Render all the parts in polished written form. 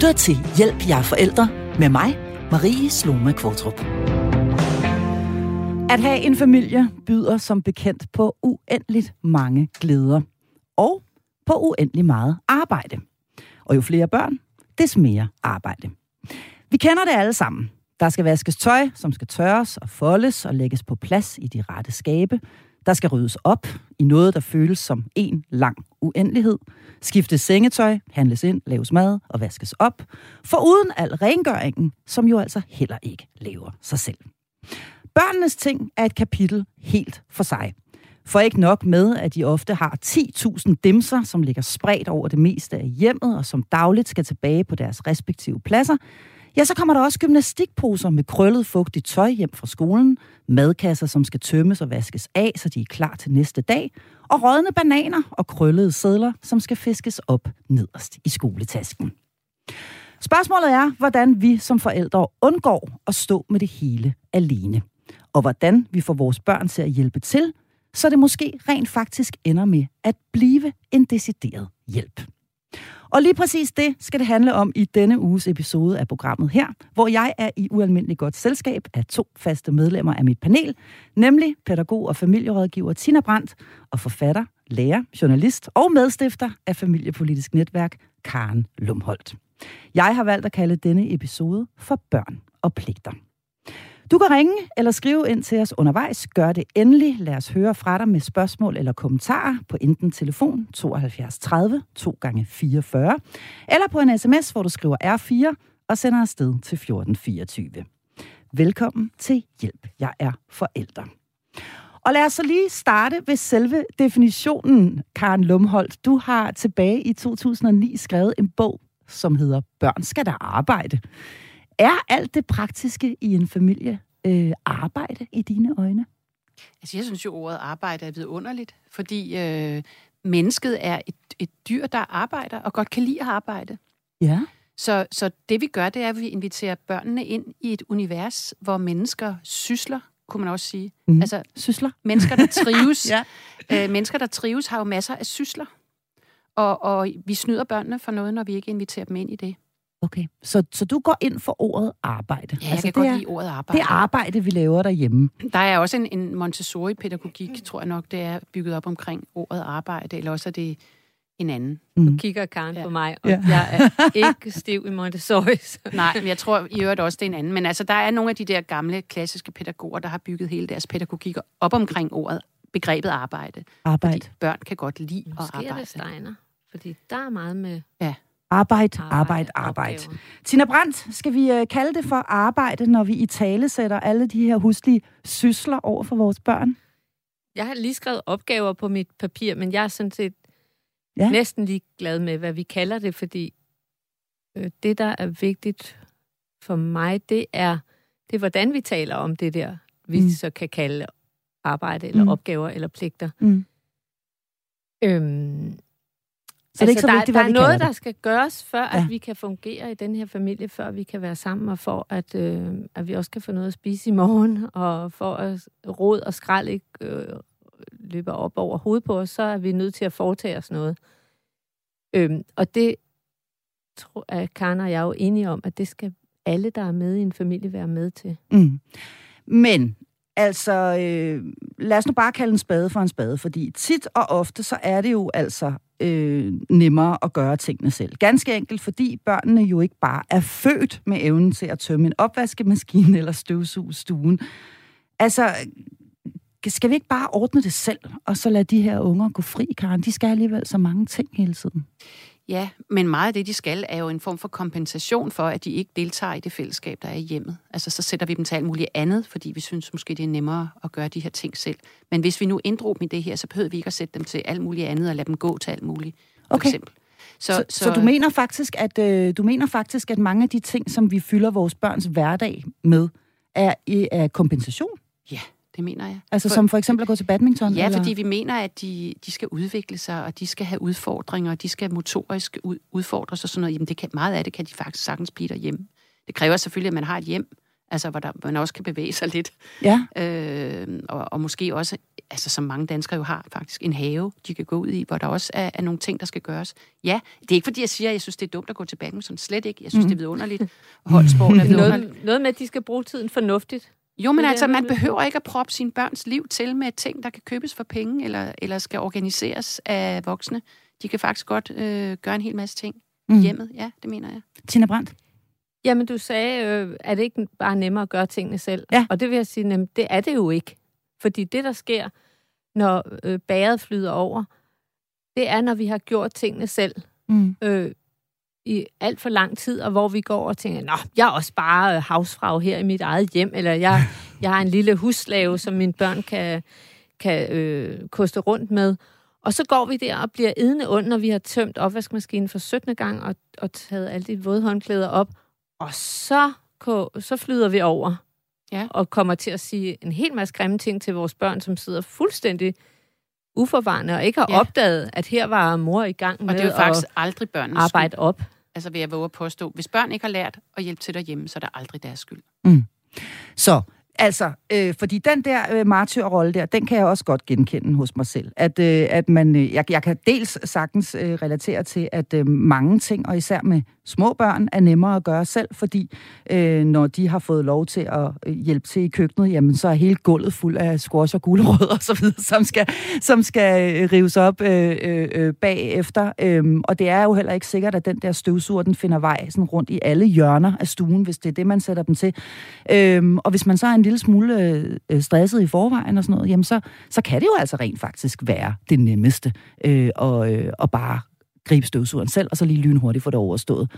lytter til Hjælp jer forældre med mig, Marie Sloma Kvartrup. At have en familie byder som bekendt på uendeligt mange glæder og på uendelig meget arbejde. Og jo flere børn, des mere arbejde. Vi kender det alle sammen. Der skal vaskes tøj, som skal tørres og foldes og lægges på plads i de rette skabe. Der skal ryddes op i noget, der føles som en lang uendelighed. Skiftes sengetøj, handles ind, laves mad og vaskes op. Foruden al rengøringen, som jo altså heller ikke laver sig selv. Børnenes ting er et kapitel helt for sig. For ikke nok med, at de ofte har 10.000 dimser, som ligger spredt over det meste af hjemmet, og som dagligt skal tilbage på deres respektive pladser, ja, så kommer der også gymnastikposer med krøllet fugtigt tøj hjem fra skolen, madkasser, som skal tømmes og vaskes af, så de er klar til næste dag, og rådne bananer og krøllede sedler, som skal fiskes op nederst i skoletasken. Spørgsmålet er, hvordan vi som forældre undgår at stå med det hele alene, og hvordan vi får vores børn til at hjælpe til, så det måske rent faktisk ender med at blive en decideret hjælp. Og lige præcis det skal det handle om i denne uges episode af programmet her, hvor jeg er i ualmindeligt godt selskab af 2 faste medlemmer af mit panel, nemlig pædagog og familierådgiver Tina Brandt og forfatter, lærer, journalist og medstifter af Familiepolitisk Netværk Karen Lumholdt. Jeg har valgt at kalde denne episode for Børn og Pligter. Du kan ringe eller skrive ind til os undervejs. Gør det endelig. Lad os høre fra dig med spørgsmål eller kommentarer på enten telefon 72 30 2 gange 44 eller på en sms, hvor du skriver R4 og sender afsted til 1424. Velkommen til Hjælp. Jeg er forælder. Og lad os så lige starte ved selve definitionen, Karen Lumholdt. Du har tilbage i 2009 skrevet en bog, som hedder Børn skal der arbejde. Er alt det praktiske i en familie arbejde i dine øjne? Altså, jeg synes jo, ordet arbejde er vidunderligt, fordi mennesket er et dyr, der arbejder og godt kan lide at arbejde. Ja. Så det vi gør, det er, at vi inviterer børnene ind i et univers, hvor mennesker sysler, kunne man også sige. Altså, sysler? Mennesker, der trives. Mennesker, der trives, har jo masser af sysler. Og vi snyder børnene for noget, når vi ikke inviterer dem ind i det. Okay, så du går ind for ordet arbejde? Ja, jeg kan godt lide ordet arbejde. Det er arbejde, vi laver derhjemme. Der er også en Montessori-pædagogik, tror jeg nok, det er bygget op omkring ordet arbejde, eller også er det en anden. Nu kigger Karen på mig, og jeg er ikke stiv i Montessori. Så. Nej, men jeg tror i øvrigt også, det er en anden. Men altså, der er nogle af de der gamle, klassiske pædagoger, der har bygget hele deres pædagogik op omkring begrebet arbejde. Fordi børn kan godt lide at arbejde. Måske er det Steiner, fordi der er meget med... Ja. Arbejde. Tina Brandt, skal vi kalde det for arbejde, når vi italesætter alle de her huslige sysler over for vores børn? Jeg har lige skrevet opgaver på mit papir, men jeg er sådan set næsten lige glad med, hvad vi kalder det, fordi det, der er vigtigt for mig, det er hvordan vi taler om det der, vi så kan kalde arbejde, eller opgaver, eller pligter. Så altså, det er vigtigt, der er noget, der skal gøres, før at vi kan fungere i den her familie, før vi kan være sammen, og for at vi også kan få noget at spise i morgen, og for at rod og skrald ikke løber op over hovedet på os, så er vi nødt til at foretage os noget. Og det tror jeg, Karen og jeg er jo enige om, at det skal alle, der er med i en familie, være med til. Men... Altså, lad os nu bare kalde en spade for en spade, fordi tit og ofte, så er det jo altså nemmere at gøre tingene selv. Ganske enkelt, fordi børnene jo ikke bare er født med evnen til at tømme en opvaskemaskine eller støvsuge stuen. Altså, skal vi ikke bare ordne det selv, og så lade de her unger gå fri, Karen? De skal alligevel så mange ting hele tiden. Ja, men meget af det, de skal, er jo en form for kompensation for, at de ikke deltager i det fællesskab, der er i hjemmet. Altså, så sætter vi dem til alt muligt andet, fordi vi synes måske, det er nemmere at gøre de her ting selv. Men hvis vi nu inddrog dem i det her, så behøver vi ikke at sætte dem til alt muligt andet og lade dem gå til alt muligt, for eksempel. Så du mener faktisk, at mange af de ting, som vi fylder vores børns hverdag med, er kompensation? Ja. Det mener jeg. Altså som for eksempel at gå til badminton? Ja, eller? fordi vi mener, at de skal udvikle sig, og de skal have udfordringer, og de skal motorisk udfordres og sådan noget. Jamen, meget af det kan de faktisk sagtens blive derhjemme. Det kræver selvfølgelig, at man har et hjem, Altså, hvor man også kan bevæge sig lidt. Ja. Og måske også, altså som mange danskere jo har faktisk, en have, de kan gå ud i, hvor der også er nogle ting, der skal gøres. Ja, det er ikke fordi, jeg siger, at jeg synes, det er dumt at gå til badminton. Slet ikke. Jeg synes, det er vidunderligt. Holdsport er vidunderligt. Noget med, at de skal bruge tiden fornuftigt. Jo, men altså, man behøver ikke at proppe sine børns liv til med ting, der kan købes for penge, eller skal organiseres af voksne. De kan faktisk godt gøre en hel masse ting i hjemmet. Ja, det mener jeg. Tina Brandt? Jamen, du sagde, er det ikke bare nemmere at gøre tingene selv? Ja. Og det vil jeg sige, det er det jo ikke. Fordi det, der sker, når bæret flyder over, det er, når vi har gjort tingene selv i alt for lang tid, og hvor vi går og tænker, nå, jeg er også bare havsfrau her i mit eget hjem, eller jeg har en lille husslave, som mine børn kan koste rundt med. Og så går vi der og bliver edende ondt, når vi har tømt opvaskemaskinen for 17. gang og taget alle de våde håndklæder op. Og så flyder vi over og kommer til at sige en hel masse grimme ting til vores børn, som sidder fuldstændig uforvarende og ikke har opdaget, at her var mor i gang med og det er jo faktisk aldrig børnenes arbejde skyld. Op. Altså vil jeg våge at påstå. Hvis børn ikke har lært at hjælpe til derhjemme, så er det aldrig deres skyld. Så, altså, fordi den der martyrrolle der, den kan jeg også godt genkende hos mig selv. At man, jeg kan dels sagtens relatere til, at mange ting, og især med små børn, er nemmere at gøre selv, fordi når de har fået lov til at hjælpe til i køkkenet, jamen så er hele gulvet fuld af squash og gulerødder og så videre, som skal rives op bagefter. Og det er jo heller ikke sikkert, at den der støvsuger, den finder vej sådan rundt i alle hjørner af stuen, hvis det er det, man sætter dem til. Og hvis man så er en lille smule stresset i forvejen og sådan noget, jamen så kan det jo altså rent faktisk være det nemmeste at bare gribe støvsugeren selv, og så lige lynhurtigt få det overstået.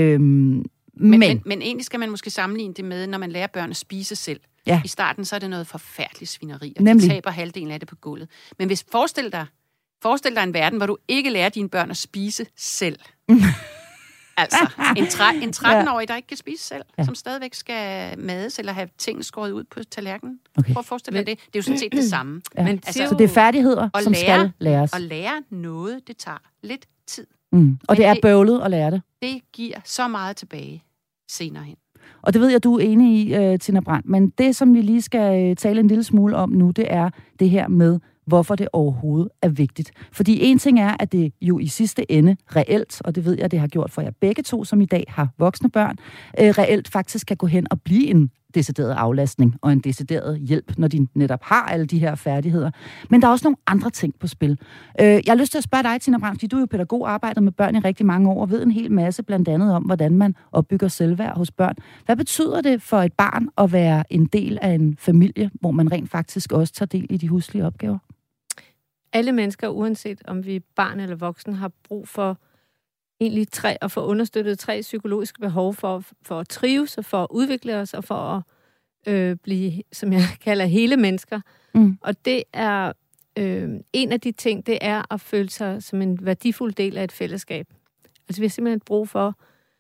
Men egentlig skal man måske sammenligne det med, når man lærer børn at spise selv. Ja. I starten så er det noget forfærdeligt svineri, og de taber halvdelen af det på gulvet. Men hvis forestil dig en verden, hvor du ikke lærer dine børn at spise selv. Altså, en 13-årig, der ikke kan spise selv, som stadigvæk skal mades eller have tingene skåret ud på tallerkenen. Okay. Prøv at forestille dig det. Det er jo sådan set det samme. Ja. Men, altså, så det er færdigheder, som skal læres. At lære noget, det tager lidt tid. Og det er bøvlet at lære det. Det giver så meget tilbage senere hen. Og det ved jeg, du er enig i, Tina Brandt. Men det, som vi lige skal tale en lille smule om nu, det er det her med, hvorfor det overhovedet er vigtigt. Fordi en ting er, at det jo i sidste ende reelt, og det ved jeg, det har gjort for jer begge to, som i dag har voksne børn, reelt faktisk kan gå hen og blive en decideret aflastning og en decideret hjælp, når de netop har alle de her færdigheder. Men der er også nogle andre ting på spil. Jeg har lyst til at spørge dig, Tina Brandt, fordi du er jo pædagog, arbejdet med børn i rigtig mange år, og ved en hel masse blandt andet om, hvordan man opbygger selvværd hos børn. Hvad betyder det for et barn at være en del af en familie, hvor man rent faktisk også tager del i de huslige opgaver? Alle mennesker, uanset om vi er barn eller voksen, har brug for egentlig at få understøttet 3 psykologiske behov for at trives og for at udvikle os og for at blive, som jeg kalder, hele mennesker. Og det er en af de ting, det er at føle sig som en værdifuld del af et fællesskab. Altså vi har simpelthen brug for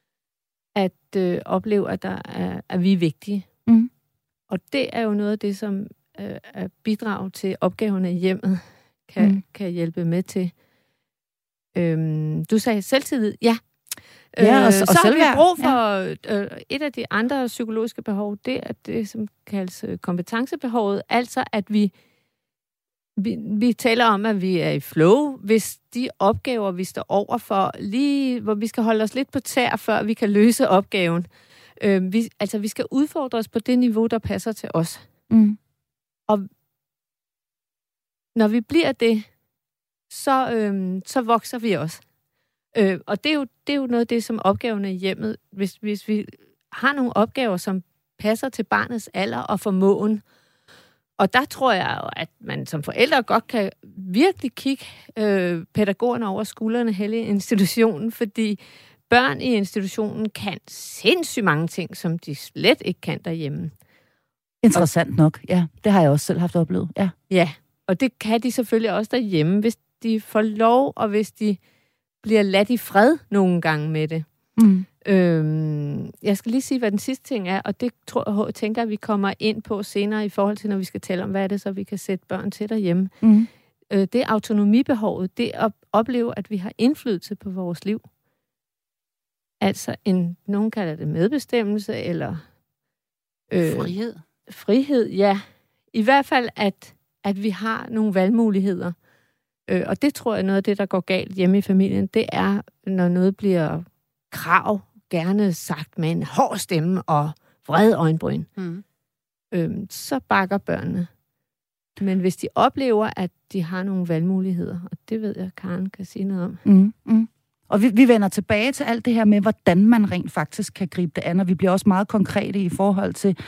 at opleve, at at vi er vigtige. Og det er jo noget af det, som bidrager til opgaverne i hjemmet kan hjælpe med til. Du sagde selvtillid. Ja. Og så har vi brug for et af de andre psykologiske behov, det er det, som kaldes kompetencebehovet. Altså, at vi taler om, at vi er i flow, hvis de opgaver, vi står over for, lige hvor vi skal holde os lidt på tær, før vi kan løse opgaven. Vi skal udfordre os på det niveau, der passer til os. Og når vi bliver det, så vokser vi også. Og det er jo noget af det, som opgaverne i hjemmet, hvis vi har nogle opgaver, som passer til barnets alder og formåen. Og der tror jeg jo, at man som forældre godt kan virkelig kigge pædagogerne over skuldrene hele institutionen, fordi børn i institutionen kan sindssygt mange ting, som de slet ikke kan derhjemme. Interessant nok, ja. Det har jeg også selv haft oplevet, ja. Ja, og det kan de selvfølgelig også derhjemme, hvis de får lov, og hvis de bliver ladt i fred nogle gange med det. Jeg skal lige sige, hvad den sidste ting er, og det tænker jeg, vi kommer ind på senere i forhold til, når vi skal tale om, hvad er det så, vi kan sætte børn til derhjemme. Det er autonomibehovet, det at opleve, at vi har indflydelse på vores liv. Altså, nogen kalder det medbestemmelse, eller Frihed, ja. I hvert fald, at vi har nogle valgmuligheder. Og det tror jeg, noget af det, der går galt hjemme i familien, det er, når noget bliver krav, gerne sagt med en hård stemme og vred øjenbryn. Så bakker børnene. Men hvis de oplever, at de har nogle valgmuligheder, og det ved jeg, Karen kan sige noget om. Og vi vender tilbage til alt det her med, hvordan man rent faktisk kan gribe det an, og vi bliver også meget konkrete i forhold til,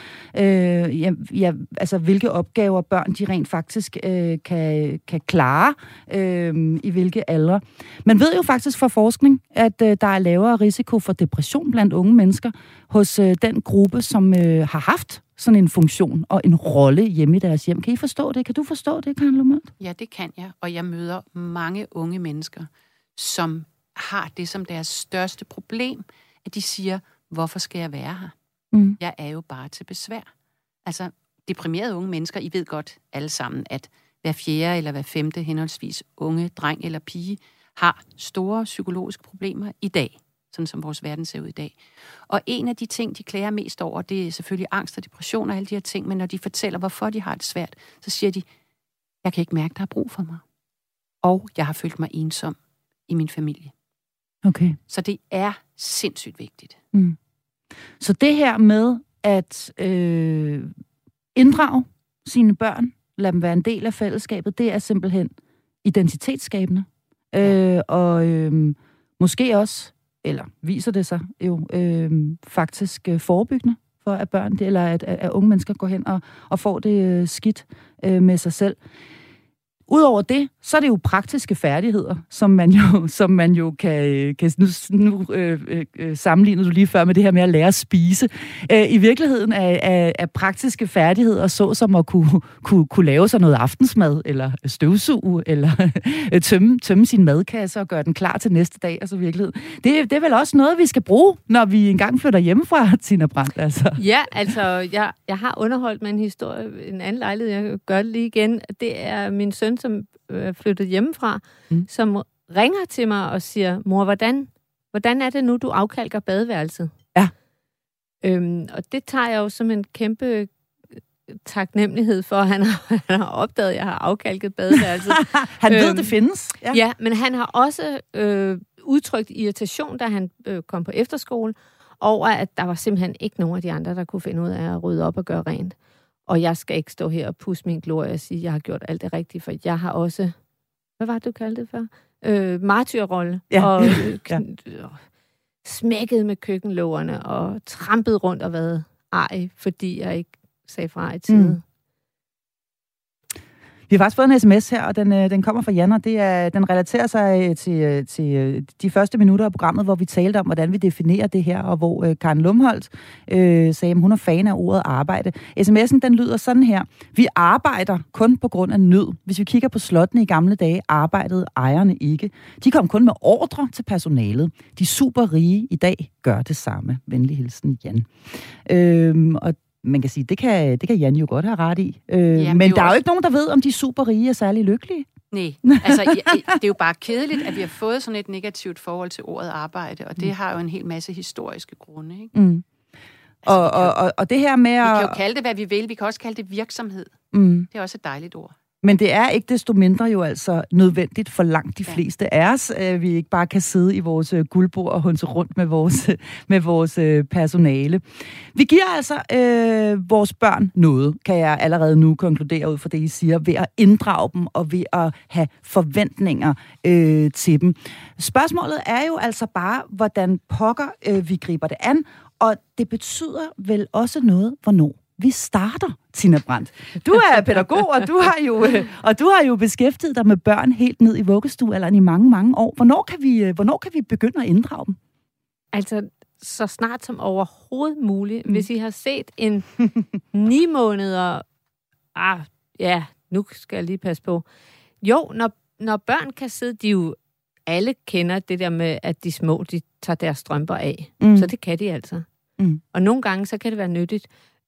altså hvilke opgaver børn de rent faktisk kan klare i hvilke aldre. Man ved jo faktisk fra forskning, at der er lavere risiko for depression blandt unge mennesker hos den gruppe, som har haft sådan en funktion og en rolle hjemme i deres hjem. Kan I forstå det? Kan du forstå det, Karen Lumholt? Ja, det kan jeg, og jeg møder mange unge mennesker, som har det som deres største problem, at de siger, hvorfor skal jeg være her? Jeg er jo bare til besvær. Altså, deprimerede unge mennesker, I ved godt alle sammen, at hver fjerde eller hver femte henholdsvis unge, dreng eller pige, har store psykologiske problemer i dag, sådan som vores verden ser ud i dag. Og en af de ting, de klager mest over, det er selvfølgelig angst og depression og alle de her ting, men når de fortæller, hvorfor de har det svært, så siger de, jeg kan ikke mærke, der er brug for mig. Og jeg har følt mig ensom i min familie. Okay. Så det er sindssygt vigtigt. Så det her med at inddrage sine børn, lade dem være en del af fællesskabet, det er simpelthen identitetsskabende. Og måske også, eller viser det sig jo faktisk forebyggende for at børn, eller at unge mennesker går hen og får det skidt med sig selv. Udover det, så er det jo praktiske færdigheder, som man jo kan nu sammenligne du lige før med det her med at lære at spise. I virkeligheden er praktiske færdigheder så som at kunne lave sig noget aftensmad, eller støvsuge, eller tømme sin madkasse og gøre den klar til næste dag. Altså virkeligheden. Det er vel også noget, vi skal bruge, når vi engang flytter hjemmefra, Tina Brandt. Altså. Ja, altså jeg har underholdt med en historie, en anden lejlighed, jeg gør det lige igen. Det er min søn, som flyttede hjemmefra, som ringer til mig og siger, mor, hvordan er det nu, du afkalker badeværelset? Ja. Og det tager jeg jo som en kæmpe taknemmelighed for, at han har opdaget, at jeg har afkalket badeværelset. Han ved, det findes. Ja, men han har også udtrykt irritation, da han kom på efterskole, over at der var simpelthen ikke nogen af de andre, der kunne finde ud af at rydde op og gøre rent. Og jeg skal ikke stå her og pusse min glorie og sige, at jeg har gjort alt det rigtige, for jeg har også, hvad var det, du kaldte det før? Martyrrolle. Ja. Og smækket med køkkenlågerne og trampet rundt og været ej, fordi jeg ikke sagde fra i tide. Vi har faktisk fået en sms her, og den kommer fra Jan, og den relaterer sig til de første minutter af programmet, hvor vi talte om, hvordan vi definerer det her, og hvor Karen Lumholt sagde, at hun er fan af ordet arbejde. SMS'en, den lyder sådan her. Vi arbejder kun på grund af nød. Hvis vi kigger på slottene i gamle dage, arbejdede ejerne ikke. De kom kun med ordre til personalet. De super rige i dag gør det samme. Venlig hilsen, Jan. Og man kan sige, det kan Jan jo godt have ret i. Men der er jo ikke nogen, der ved, om de super rige er særlig lykkelige. Nej, altså det er jo bare kedeligt, at vi har fået sådan et negativt forhold til ordet arbejde, og det har jo en hel masse historiske grunde, ikke? Altså, og det her med at... Vi kan jo kalde det, hvad vi vil. Vi kan også kalde det virksomhed. Det er også et dejligt ord. Men det er ikke desto mindre jo altså nødvendigt for langt de fleste af os. Vi ikke bare kan sidde i vores guldbord og hunse rundt med vores personale. Vi giver altså vores børn noget, kan jeg allerede nu konkludere ud fra det, I siger, ved at inddrage dem og ved at have forventninger til dem. Spørgsmålet er jo altså bare, hvordan pokker vi griber det an, og det betyder vel også noget, hvornår vi starter, Tina Brandt. Du er pædagog, og du har jo beskæftiget dig med børn helt ned i vuggestuealderen i mange, mange år. Hvornår kan vi begynde at inddrage dem? Altså, så snart som overhovedet muligt. Hvis I har set en 9 måneder... nu skal jeg lige passe på. Jo, når børn kan sidde, de jo alle kender det der med, at de små, de tager deres strømper af. Så det kan de altså. Og nogle gange, så kan det være nyttigt.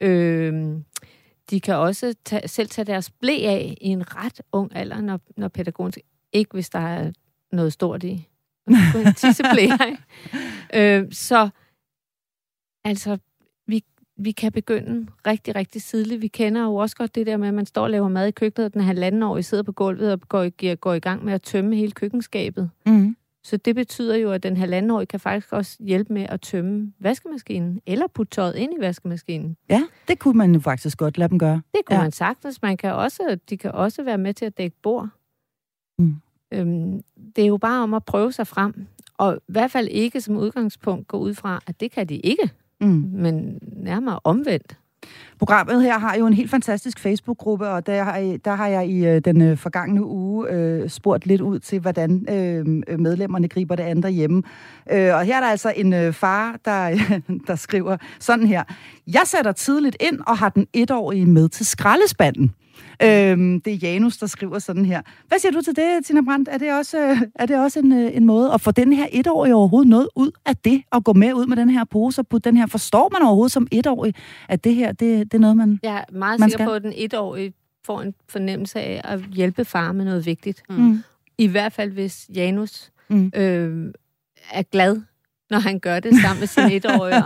De kan også selv tage deres ble af i en ret ung alder, når pædagogen ikke, hvis der er noget stort i. Så altså, vi kan begynde rigtig, rigtig tidligt. Vi kender jo også godt det der med, at man står og laver mad i køkkenet, og den halvandenårige sidder på gulvet og går i gang med at tømme hele køkkenskabet. Mm. Så det betyder jo, at den halvandenårige kan faktisk også hjælpe med at tømme vaskemaskinen, eller putte tøjet ind i vaskemaskinen. Ja, det kunne man jo faktisk godt lade dem gøre. Det kunne man sagtens. De kan også være med til at dække bord. Mm. Det er jo bare om at prøve sig frem. Og i hvert fald ikke som udgangspunkt gå ud fra, at det kan de ikke. Men nærmere omvendt. Programmet her har jo en helt fantastisk Facebook-gruppe, og der har jeg i den forgangne uge spurgt lidt ud til, hvordan medlemmerne griber det andet derhjemme. Og her er der altså en far, der skriver sådan her: Jeg sætter tidligt ind og har den 1-årige med til skraldespanden. Det er Janus, der skriver sådan her. Hvad siger du til det, Tina Brandt? Er det også en måde at få den her 1-årige overhovedet noget ud af det, og gå med ud med den her pose og putte den her? Forstår man overhovedet som 1-årig, at det her, det er noget, man Jeg er meget sikker på, at den 1-årige får en fornemmelse af at hjælpe far med noget vigtigt. I hvert fald, hvis Janus er glad, når han gør det sammen med sin 1-årige.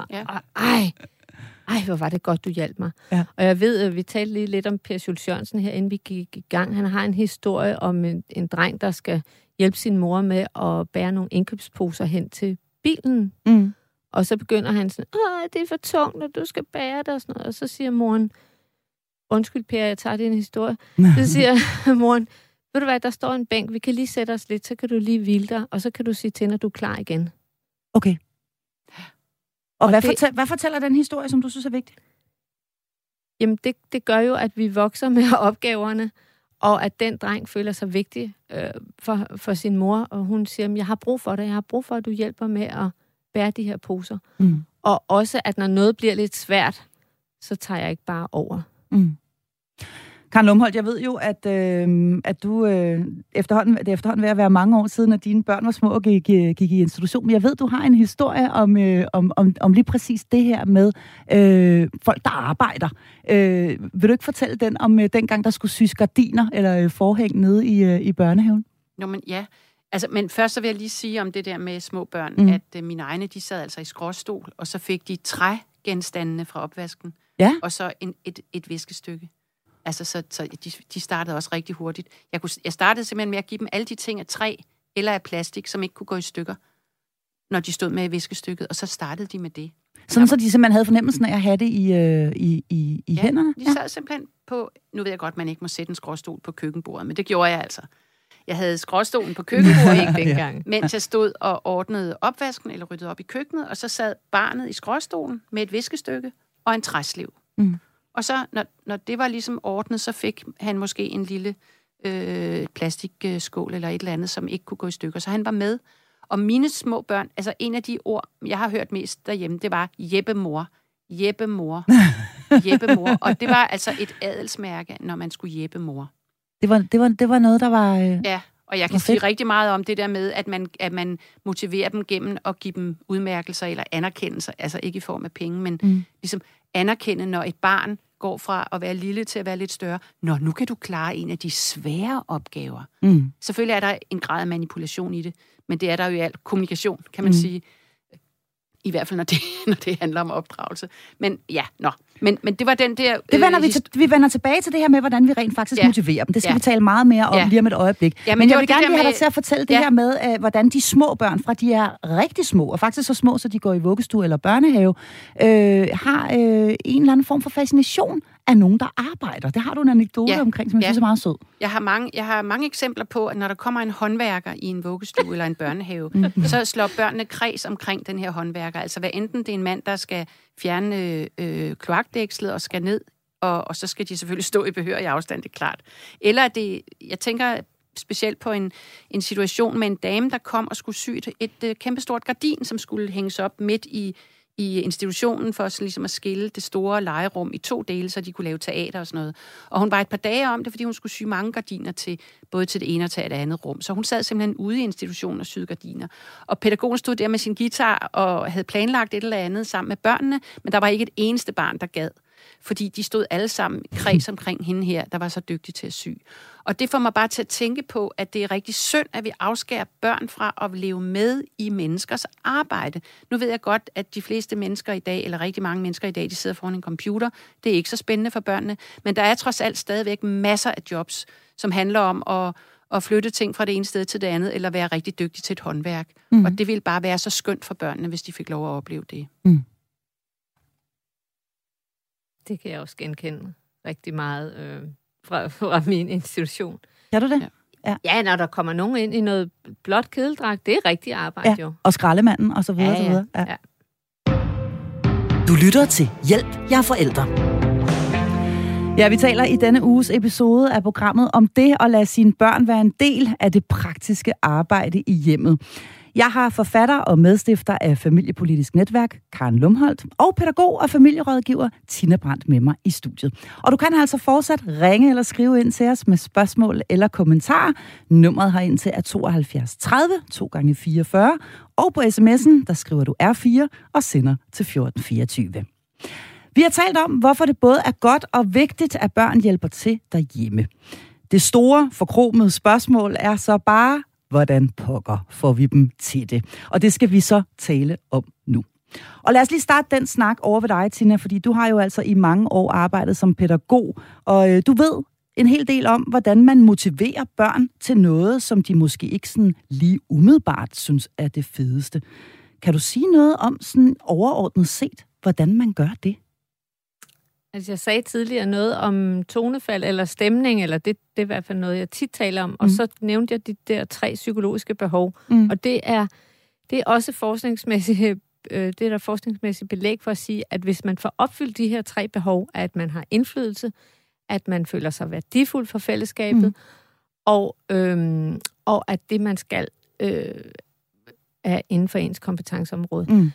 Ej, hvor var det godt, du hjalp mig. Ja. Og jeg ved, at vi talte lige lidt om Per Schultz Jørgensen her, inden vi gik i gang. Han har en historie om en dreng, der skal hjælpe sin mor med at bære nogle indkøbsposer hen til bilen. Og så begynder han sådan, det er for tungt, at du skal bære det og sådan noget. Og så siger moren, undskyld Per, jeg tager din historie. Så siger moren, ved du hvad, der står en bænk, vi kan lige sætte os lidt, så kan du lige hvile dig, og så kan du sige til, når du er klar igen. Okay. Og hvad fortæller den historie, som du synes er vigtig? Jamen, det gør jo, at vi vokser med opgaverne, og at den dreng føler sig vigtig for sin mor, og hun siger, jeg har brug for dig, jeg har brug for, at du hjælper med at bære de her poser. Og også, at når noget bliver lidt svært, så tager jeg ikke bare over. Karen Lumholdt, jeg ved jo, at du efterhånden ved at være mange år siden, at dine børn var små og gik i institution. Men jeg ved, du har en historie om lige præcis det her med folk, der arbejder. Vil du ikke fortælle den om dengang, der skulle sys gardiner eller forhæng nede i børnehaven? Nå, men ja. Altså, men først så vil jeg lige sige om det der med små børn, at mine egne, de sad altså i skråstol, og så fik de trægenstandene fra opvasken, og så et viskestykke. Altså, så de startede også rigtig hurtigt. Jeg startede simpelthen med at give dem alle de ting af træ eller af plastik, som ikke kunne gå i stykker, når de stod med viskestykket, og så startede de med det. Sådan, så de simpelthen havde fornemmelsen af at have det i hænderne? De sad simpelthen på, nu ved jeg godt, man ikke må sætte en skråstol på køkkenbordet, men det gjorde jeg altså. Jeg havde skråstolen på køkkenbordet ikke dengang, mens jeg stod og ordnede opvasken eller ryddede op i køkkenet, og så sad barnet i skråstolen med et viskestykke og en træslev. Og så, når det var ligesom ordnet, så fik han måske en lille plastikskål eller et eller andet, som ikke kunne gå i stykker. Så han var med. Og mine små børn, altså en af de ord, jeg har hørt mest derhjemme, det var Jeppemor. Jeppemor. Jeppemor. Og det var altså et adelsmærke, når man skulle Jeppemor. Det var noget, der var... Ja, og jeg kan sige rigtig meget om det der med, at man motiverer dem gennem at give dem udmærkelser eller anerkendelser, altså ikke i form af penge, men ligesom anerkende, når et barn går fra at være lille til at være lidt større. Nu kan du klare en af de svære opgaver. Selvfølgelig er der en grad af manipulation i det, men det er der jo i al kommunikation, kan man sige. I hvert fald, når det handler om opdragelse. Men ja, Men det var den der... Vi vender tilbage til det her med, hvordan vi rent faktisk motiverer dem. Det skal vi tale meget mere om lige om et øjeblik. Ja, men jeg vil gerne lige have dig til at fortælle det her med, hvordan de små børn, fra de er rigtig små, og faktisk så små, så de går i vuggestue eller børnehave, har en eller anden form for fascination af nogen, der arbejder. Det har du en anekdote omkring, som jeg synes er meget sød. Jeg har mange eksempler på, at når der kommer en håndværker i en vuggestue eller en børnehave, så slår børnene kreds omkring den her håndværker. Altså hvad enten det er en mand, der skal fjerne kloakdækslet og skal ned, og så skal de selvfølgelig stå i behørig afstand, det er klart. Eller jeg tænker specielt på en situation med en dame, der kom og skulle sy et kæmpestort gardin, som skulle hænges op midt i institutionen for så ligesom at skille det store legerum i 2 dele, så de kunne lave teater og sådan noget. Og hun var et par dage om det, fordi hun skulle sy mange gardiner både til det ene og til det andet rum. Så hun sad simpelthen ude i institutionen og syede gardiner. Og pædagogen stod der med sin guitar og havde planlagt et eller andet sammen med børnene, men der var ikke et eneste barn, der gad. fordi de stod alle sammen kreds omkring hende her, der var så dygtig til at sy. Og det får mig bare til at tænke på, at det er rigtig synd, at vi afskærer børn fra at leve med i menneskers arbejde. Nu ved jeg godt, at de fleste mennesker i dag, eller rigtig mange mennesker i dag, de sidder foran en computer. Det er ikke så spændende for børnene, men der er trods alt stadigvæk masser af jobs, som handler om at flytte ting fra det ene sted til det andet, eller være rigtig dygtig til et håndværk. Og det ville bare være så skønt for børnene, hvis de fik lov at opleve det. Det kan jeg også genkende rigtig meget fra min institution. Kan du det? Ja, når der kommer nogen ind i noget blåt kedeldragt, det er rigtig arbejde jo. Og skraldemanden og så videre. Ja. Så videre. Ja. Du lytter til Hjælp, jeg er forældre. Ja, vi taler i denne uges episode af programmet om det at lade sine børn være en del af det praktiske arbejde i hjemmet. Jeg har forfatter og medstifter af Familiepolitisk Netværk, Karen Lumholdt, og pædagog og familierådgiver Tina Brandt med mig i studiet. Og du kan altså fortsat ringe eller skrive ind til os med spørgsmål eller kommentarer. Nummeret herind til er 72 30 2 gange 44, og på sms'en, der skriver du R4 og sender til 1424. Vi har talt om, hvorfor det både er godt og vigtigt, at børn hjælper til derhjemme. Det store, forkromede spørgsmål er så bare, hvordan pokker får vi dem til det? Og det skal vi så tale om nu. Og lad os lige starte den snak over ved dig, Tina, fordi du har jo altså i mange år arbejdet som pædagog, og du ved en hel del om, hvordan man motiverer børn til noget, som de måske ikke sådan lige umiddelbart synes er det fedeste. Kan du sige noget om sådan overordnet set, hvordan man gør det? Altså, jeg sagde tidligere noget om tonefald eller stemning, eller det er i hvert fald noget, jeg tit taler om. Og så nævnte jeg de der 3 psykologiske behov. Og det er også forskningsmæssigt, det er der forskningsmæssigt belæg for at sige, at hvis man får opfyldt de her 3 behov, at man har indflydelse, at man føler sig værdifuld for fællesskabet, og at det, man skal, er inden for ens kompetenceområde,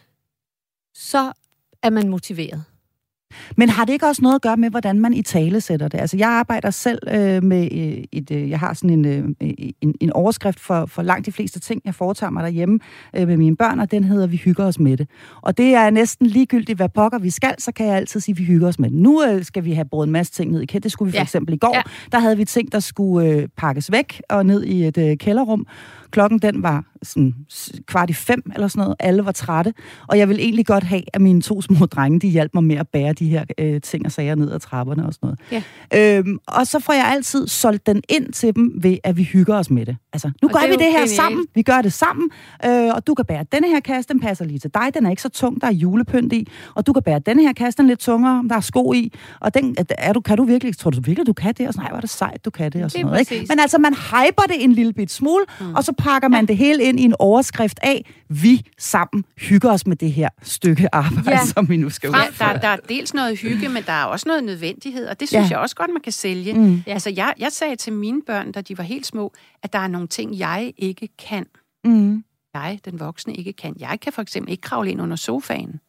så er man motiveret. Men har det ikke også noget at gøre med, hvordan man italesætter det? Altså, jeg arbejder selv med jeg har sådan en overskrift for langt de fleste ting, jeg foretager mig derhjemme med mine børn, og den hedder, vi hygger os med det. Og det er næsten ligegyldigt, hvad pokker vi skal, så kan jeg altid sige, vi hygger os med det. Nu skal vi have brugt en masse ting ned i kælderen. Det skulle vi for eksempel i går. Ja. Der havde vi ting, der skulle pakkes væk og ned i et kælderrum. Klokken, den var sådan 4:45 eller sådan noget. Alle var trætte. Og jeg ville egentlig godt have, at mine 2 små drenge, de hjalp mig med at bære de her ting og sager ned ad trapperne og sådan noget. Ja. Og så får jeg altid solgt den ind til dem ved, at vi hygger os med det. Altså, nu gør vi det her sammen. Vi gør det sammen. Og du kan bære denne her kasse, den passer lige til dig. Den er ikke så tung, der er julepynt i. Og du kan bære denne her kasse, den er lidt tungere, der er sko i. Og den, kan du virkelig, tror du virkelig, du kan det? Og sådan, nej, hvor er det sejt, du kan det. Og sådan noget, ikke? Men altså, man hyper det en lille bit smule, og så pakker man det hele ind i en overskrift af, vi sammen hygger os med det her stykke arbejde, som vi nu skal udføre. Der er dels noget hygge, men der er også noget nødvendighed, og det synes jeg også godt, man kan sælge. Altså, jeg sagde til mine børn, da de var helt små, at der er nogle ting, jeg ikke kan. Jeg, den voksne, ikke kan. Jeg kan for eksempel ikke kravle ind under sofaen.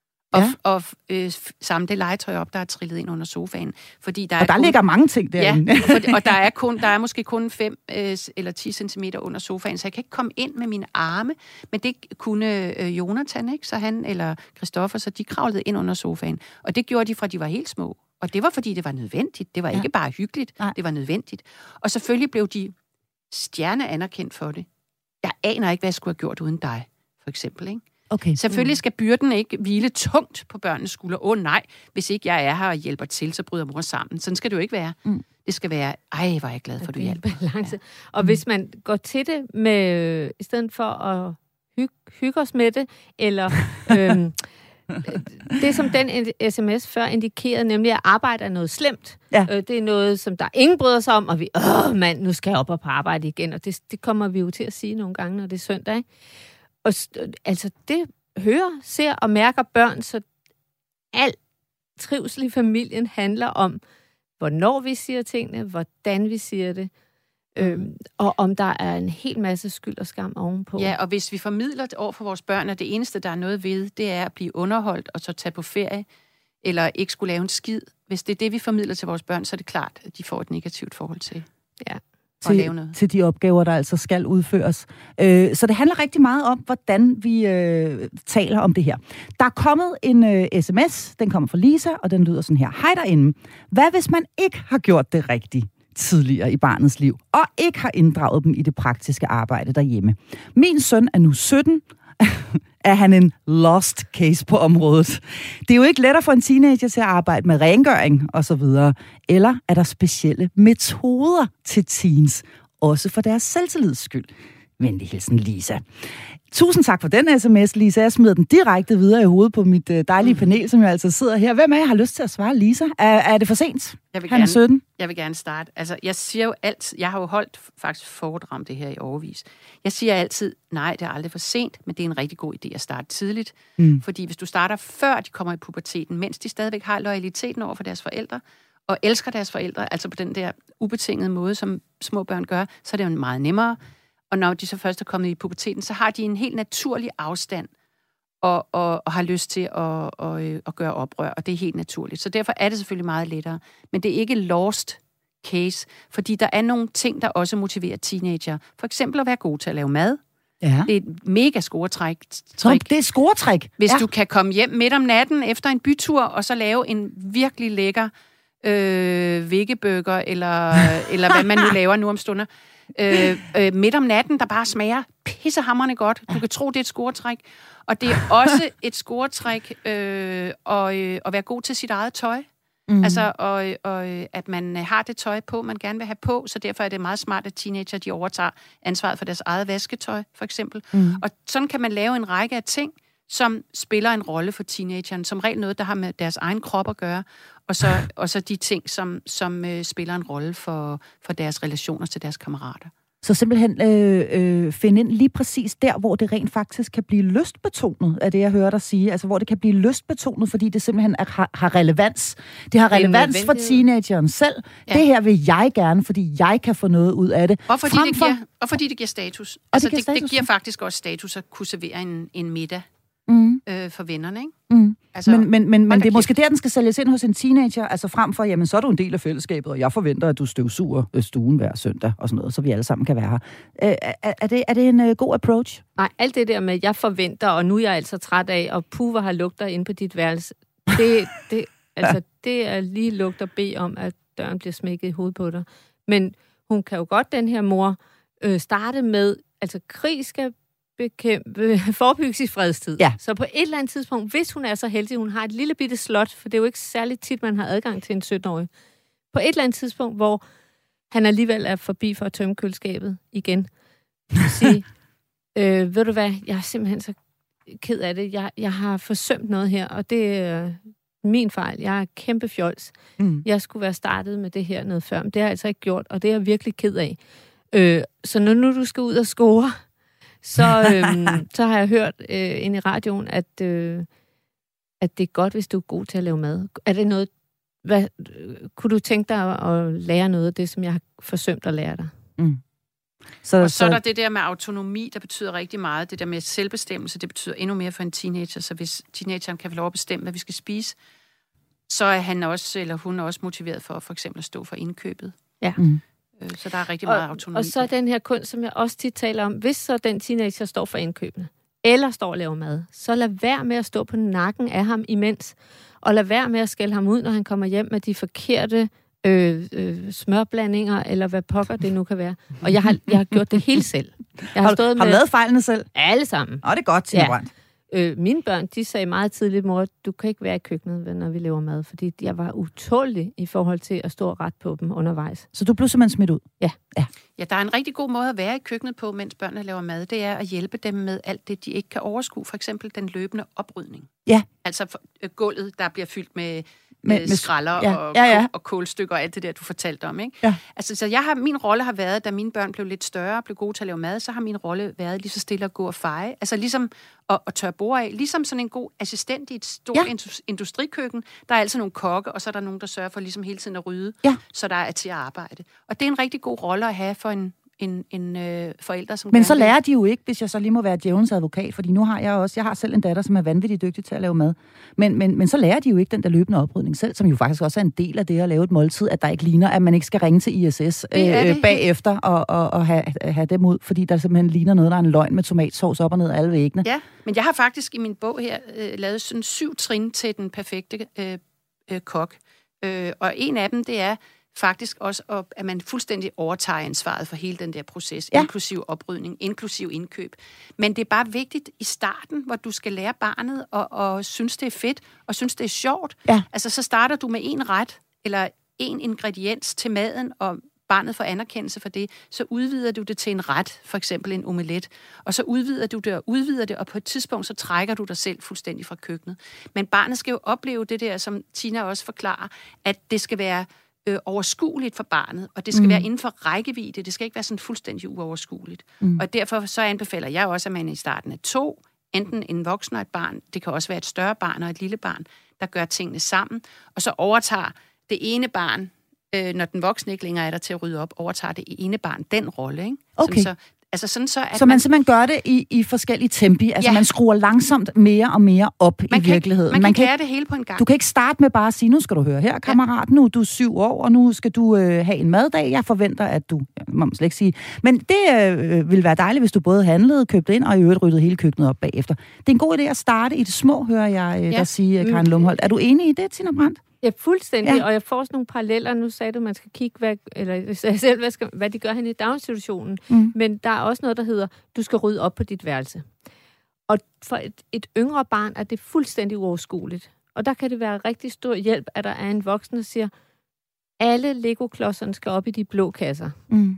Og samle det legetøj op, der er trillet ind under sofaen. Fordi der ligger mange ting derinde. Ja, og der er måske kun 5 eller 10 centimeter under sofaen, så jeg kan ikke komme ind med mine arme. Men det kunne Jonathan, ikke? Så han eller Christoffer, så de kravlede ind under sofaen. Og det gjorde de, fra de var helt små. Og det var, fordi det var nødvendigt. Det var ikke bare hyggeligt, det var nødvendigt. Og selvfølgelig blev de stjerne anerkendt for det. Jeg aner ikke, hvad jeg skulle have gjort uden dig, for eksempel, ikke? Okay. Selvfølgelig skal byrden ikke hvile tungt på børnenes skuldre. Nej, hvis ikke jeg er her og hjælper til, så bryder mor sammen. Sådan skal det jo ikke være. Det skal være, hvor er jeg glad for, at du hjælper. Balance. Ja. Og hvis man går til det med, i stedet for at hygge os med det, eller det, som den sms før indikerede, nemlig at arbejde er noget slemt. Ja. Det er noget, som der ingen bryder sig om, og vi, mand, nu skal jeg op og på arbejde igen. Og det kommer vi jo til at sige nogle gange, når det er søndag, ikke? Og altså, det hører, ser og mærker børn, så al trivsel i familien handler om, hvornår vi siger tingene, hvordan vi siger det, og om der er en hel masse skyld og skam ovenpå. Ja, og hvis vi formidler det over for vores børn, at det eneste, der er noget ved, det er at blive underholdt og så tage på ferie, eller ikke skulle lave en skid. Hvis det er det, vi formidler til vores børn, så er det klart, at de får et negativt forhold til. Ja. til de opgaver, der altså skal udføres. Så det handler rigtig meget om, hvordan vi taler om det her. Der er kommet en sms, den kommer fra Lisa, og den lyder sådan her. Hej derinde. Hvad hvis man ikke har gjort det rigtigt tidligere i barnets liv, og ikke har inddraget dem i det praktiske arbejde derhjemme? Min søn er nu 17, er han en lost case på området. Det er jo ikke let at få en teenager til at arbejde med rengøring osv. Eller er der specielle metoder til teens, også for deres selvtillids skyld? Venlig hilsen, Lisa. Tusind tak for den sms, Lisa. Jeg smider den direkte videre i hovedet på mit dejlige panel, som jeg altså sidder her. Hvem af jer har lyst til at svare, Lisa? Er det for sent? Han er 17. Jeg vil gerne starte. Altså, jeg siger jo altid, jeg har jo holdt faktisk foredrag om det her i årevis. Jeg siger altid, nej, det er aldrig for sent, men det er en rigtig god idé at starte tidligt. Fordi hvis du starter før de kommer i puberteten, mens de stadigvæk har loyaliteten over for deres forældre, og elsker deres forældre, altså på den der ubetingede måde, som små børn gør, så er det jo meget nemmere. Og når de så først er kommet i puberteten, så har de en helt naturlig afstand og har lyst til at gøre oprør, og det er helt naturligt. Så derfor er det selvfølgelig meget lettere. Men det er ikke lost case, fordi der er nogle ting, der også motiverer teenager. For eksempel at være god til at lave mad. Ja. Det er et mega scoretræk. Det er scoretræk? Hvis du kan komme hjem midt om natten efter en bytur, og så lave en virkelig lækker vegeburger, eller hvad man nu laver nu om stunder, midt om natten, der bare smager pissehamrende godt. Du kan tro, det er et scoretræk. Og det er også et scoretræk at være god til sit eget tøj. Altså, at man har det tøj på, man gerne vil have på, så derfor er det meget smart, at teenager, de overtager ansvaret for deres eget vasketøj, for eksempel. Og sådan kan man lave en række af ting, som spiller en rolle for teenageren, som regel noget, der har med deres egen krop at gøre, og så de ting, som spiller en rolle for deres relationer til deres kammerater. Så simpelthen finde ind lige præcis der, hvor det rent faktisk kan blive lystbetonet, er det, jeg hører dig sige. Altså, hvor det kan blive lystbetonet, fordi det simpelthen har relevans. Det har relevans for teenageren selv. Ja. Det her vil jeg gerne, fordi jeg kan få noget ud af det. Og fordi det giver status. Altså, det giver faktisk også status at kunne servere en middag for vennerne, ikke? Altså, men det er måske der, den skal sælges ind hos en teenager, altså frem for, jamen, så er du en del af fællesskabet, og jeg forventer, at du støvsuger stuen hver søndag, og sådan noget, så vi alle sammen kan være her. Er det en god approach? Nej, alt det der med, jeg forventer, og nu er jeg altså træt af, og puh, har lugter inde på dit værelse, det er lige lugt at bede om, at døren bliver smækket i hovedet på dig. Men hun kan jo godt, den her mor, starte med, altså krig skal forebygges i fredstid. Ja. Så på et eller andet tidspunkt, hvis hun er så heldig, hun har et lille bitte slot, for det er jo ikke særlig tit, man har adgang til en 17-årig. På et eller andet tidspunkt, hvor han alligevel er forbi for at tømme køleskabet igen, sige, ved du hvad, jeg er simpelthen så ked af det. Jeg har forsømt noget her, og det er min fejl. Jeg er kæmpe fjols. Jeg skulle være startet med det her noget før, men det har jeg altså ikke gjort, og det er jeg virkelig ked af. Så når nu du skal ud og score, så har jeg hørt ind i radioen, at det er godt, hvis du er god til at lave mad. Er det noget... kunne du tænke dig at lære noget af det, som jeg har forsømt at lære dig? Så er der det der med autonomi, der betyder rigtig meget. Det der med selvbestemmelse, det betyder endnu mere for en teenager. Så hvis teenageren kan få lov at bestemme, hvad vi skal spise, så er han også, eller hun også motiveret for eksempel at stå for indkøbet. Ja. Så der er rigtig meget autonomi. Og så den her kunst, som jeg også tit taler om, hvis så den teenager står for indkøbene, eller står og laver mad, så lad være med at stå på nakken af ham imens, og lad være med at skælde ham ud, når han kommer hjem med de forkerte smørblandinger, eller hvad pokker det nu kan være. Og jeg har gjort det hele selv. Jeg har stået med... lavet fejlene selv? Alle sammen. Og det er godt, Tine Brandt. Mine børn, de sagde meget tidligt, mor, du kan ikke være i køkkenet, når vi laver mad, fordi jeg var utålelig i forhold til at stå ret på dem undervejs. Så du blev simpelthen smidt ud? Ja. Ja, der er en rigtig god måde at være i køkkenet på, mens børnene laver mad. Det er at hjælpe dem med alt det, de ikke kan overskue. For eksempel den løbende oprydning. Ja. Altså gulvet, der bliver fyldt med skralder og kålstykker og alt det der, du fortalte om, ikke? Ja. Altså, så min rolle har været, da mine børn blev lidt større, blev gode til at lave mad, så har min rolle været lige så stille at gå og feje. Altså ligesom at tørre bord af. Ligesom sådan en god assistent i et stort industrikøkken. Der er altid nogle kokke, og så er der nogen, der sørger for ligesom hele tiden at rydde, så der er til at arbejde. Og det er en rigtig god rolle at have for forældre, som Men så lærer de jo ikke, hvis jeg så lige må være djævelens advokat, fordi nu har jeg har selv en datter, som er vanvittigt dygtig til at lave mad. Men så lærer de jo ikke den der løbende oprydning selv, som jo faktisk også er en del af det at lave et måltid, at der ikke ligner, at man ikke skal ringe til ISS bagefter og have dem ud, fordi der simpelthen ligner noget, der er en løgn med tomatsovs op og ned af alle væggene. Ja, men jeg har faktisk i min bog her lavet sådan 7 trin til den perfekte kok. Og en af dem, det er faktisk også, at man fuldstændig overtager ansvaret for hele den der proces, inklusiv oprydning, inklusiv indkøb. Men det er bare vigtigt i starten, hvor du skal lære barnet og synes, det er fedt, og synes, det er sjovt. Ja. Altså, så starter du med en ret, eller en ingrediens til maden, og barnet får anerkendelse for det, så udvider du det til en ret, for eksempel en omelet, og så udvider du det, og på et tidspunkt, så trækker du dig selv fuldstændig fra køkkenet. Men barnet skal jo opleve det der, som Tina også forklarer, at det skal være overskueligt for barnet, og det skal være inden for rækkevidde. Det skal ikke være sådan fuldstændig uoverskueligt. Og derfor så anbefaler jeg også, at man i starten af 2, enten en voksen og et barn, det kan også være et større barn og et lille barn, der gør tingene sammen, og så overtager det ene barn, når den voksne ikke længere er der til at rydde op, overtager det ene barn den rolle, ikke? Okay. Så man simpelthen gør det i forskellige tempi. Altså man skruer langsomt mere og mere op i virkeligheden. Man kan lære det hele på en gang. Du kan ikke starte med bare at sige, nu skal du høre her, kammerat, nu er du 7 år, og nu skal du have en maddag. Jeg forventer, at du... må man slet ikke sige. Men det ville være dejligt, hvis du både handlede, købte ind, og i øvrigt ryddede hele køkkenet op bagefter. Det er en god idé at starte i det små, hører jeg der sige, Karen Lumholdt. Er du enig i det, Tina Brandt? Ja, fuldstændig, og jeg får sådan nogle paralleller. Nu sagde du, man skal kigge, hvad de gør hen i daginstitutionen. Men der er også noget, der hedder, du skal rydde op på dit værelse. Og for et yngre barn er det fuldstændig uoverskueligt. Og der kan det være rigtig stor hjælp, at der er en voksen, der siger, alle Lego-klodserne skal op i de blå kasser.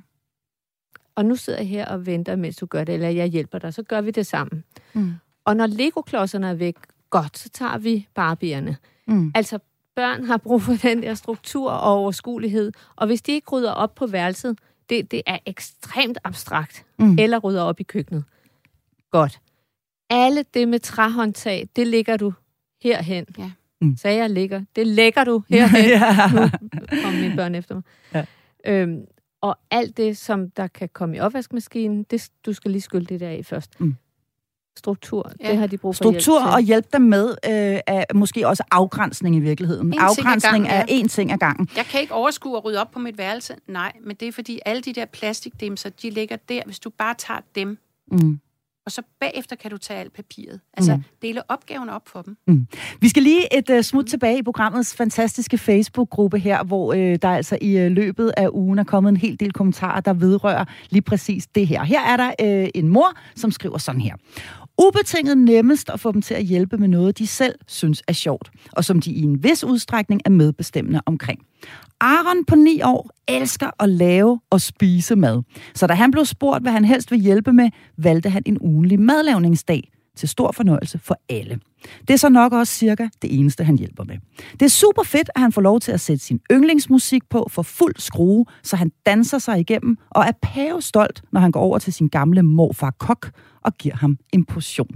Og nu sidder jeg her og venter, mens du gør det, eller jeg hjælper dig, så gør vi det sammen. Og når Lego-klodserne er væk, godt, så tager vi Barbierne. Altså, børn har brug for den der struktur og overskuelighed, og hvis de ikke rydder op på værelset, det er ekstremt abstrakt, eller rydder op i køkkenet. Godt. Alle det med træhåndtag, det lægger du herhen. Ja. Sagde jeg ligger. Det lægger du herhen. Nu kommer mine børn efter mig. Ja. Og alt det, som der kan komme i opvaskemaskinen, du skal lige skylde det der af først. Struktur, det har de brug for struktur hjælp og hjælpe dem med måske også afgrænsning i virkeligheden. Afgrænsning er én ting ad gangen. Jeg kan ikke overskue at rydde op på mit værelse. Nej, men det er fordi alle de der plastikdimser, de ligger der. Hvis du bare tager dem, og så bagefter kan du tage alt papiret. Altså dele opgaven op for dem. Vi skal lige et smut tilbage i programmets fantastiske Facebook-gruppe her, hvor der altså i løbet af ugen er kommet en hel del kommentarer, der vedrører lige præcis det her. Her er der en mor, som skriver sådan her. Ubetinget nemmest at få dem til at hjælpe med noget, de selv synes er sjovt, og som de i en vis udstrækning er medbestemmende omkring. Aaron på 9 år elsker at lave og spise mad. Så da han blev spurgt, hvad han helst vil hjælpe med, valgte han en ugenlig madlavningsdag til stor fornøjelse for alle. Det er så nok også cirka det eneste, han hjælper med. Det er super fedt, at han får lov til at sætte sin yndlingsmusik på for fuld skrue, så han danser sig igennem og er pavestolt, når han går over til sin gamle morfar Kok og giver ham en portion.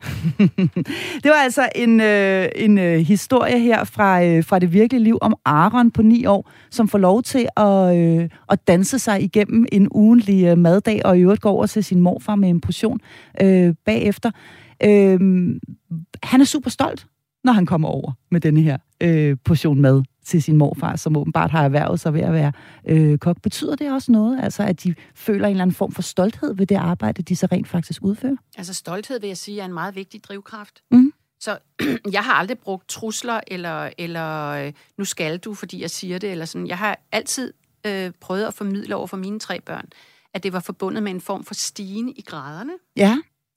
Det var altså en historie her fra det virkelige liv om Aaron på 9 år, som får lov til at danse sig igennem en ugenlig maddag, og i øvrigt går over til sin morfar med en portion bagefter. Han er super stolt, når han kommer over med denne her portion mad til sin morfar, som åbenbart har erhvervet sig ved at være kok. Betyder det også noget, altså at de føler en eller anden form for stolthed ved det arbejde, de så rent faktisk udfører? Altså stolthed, vil jeg sige, er en meget vigtig drivkraft. Så jeg har aldrig brugt trusler, eller nu skal du, fordi jeg siger det, eller sådan. Jeg har altid prøvet at formidle over for mine 3 børn, at det var forbundet med en form for stigen i graderne. Ja.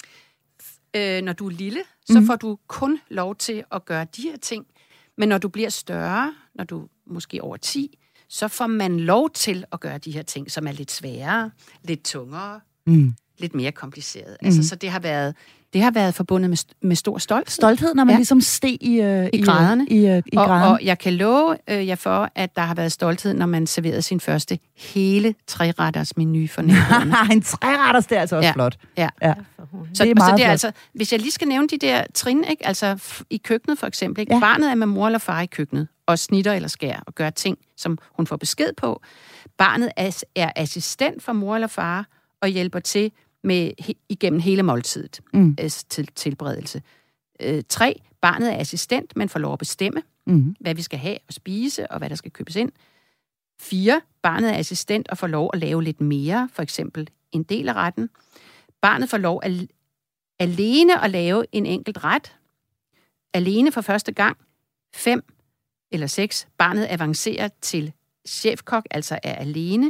Når du er lille, så får du kun lov til at gøre de her ting. Men når du bliver større, når du måske over 10, så får man lov til at gøre de her ting, som er lidt sværere, lidt tungere, lidt mere kompliceret. Altså, så det har været forbundet med stor stolthed. Stolthed, når man ligesom steg i graderne. I graderne. Og jeg kan love jer for, at der har været stolthed, når man serverede sin første hele 3-retters menu for nærmere. En 3-retters, det er altså også flot. Ja. Så det er altså, hvis jeg lige skal nævne de der trin, ikke? Altså i køkkenet for eksempel, ikke? Barnet er med mor eller far i køkkenet, og snitter eller skærer, og gør ting, som hun får besked på. Barnet er assistent for mor eller far og hjælper til igennem hele måltidet til tilberedelse. 3. Barnet er assistent, men får lov at bestemme, hvad vi skal have at spise og hvad der skal købes ind. 4. Barnet er assistent og får lov at lave lidt mere, for eksempel en del af retten. Barnet får lov alene at lave en enkelt ret. Alene for første gang. 5 eller 6. Barnet avancerer til chefkok, altså er alene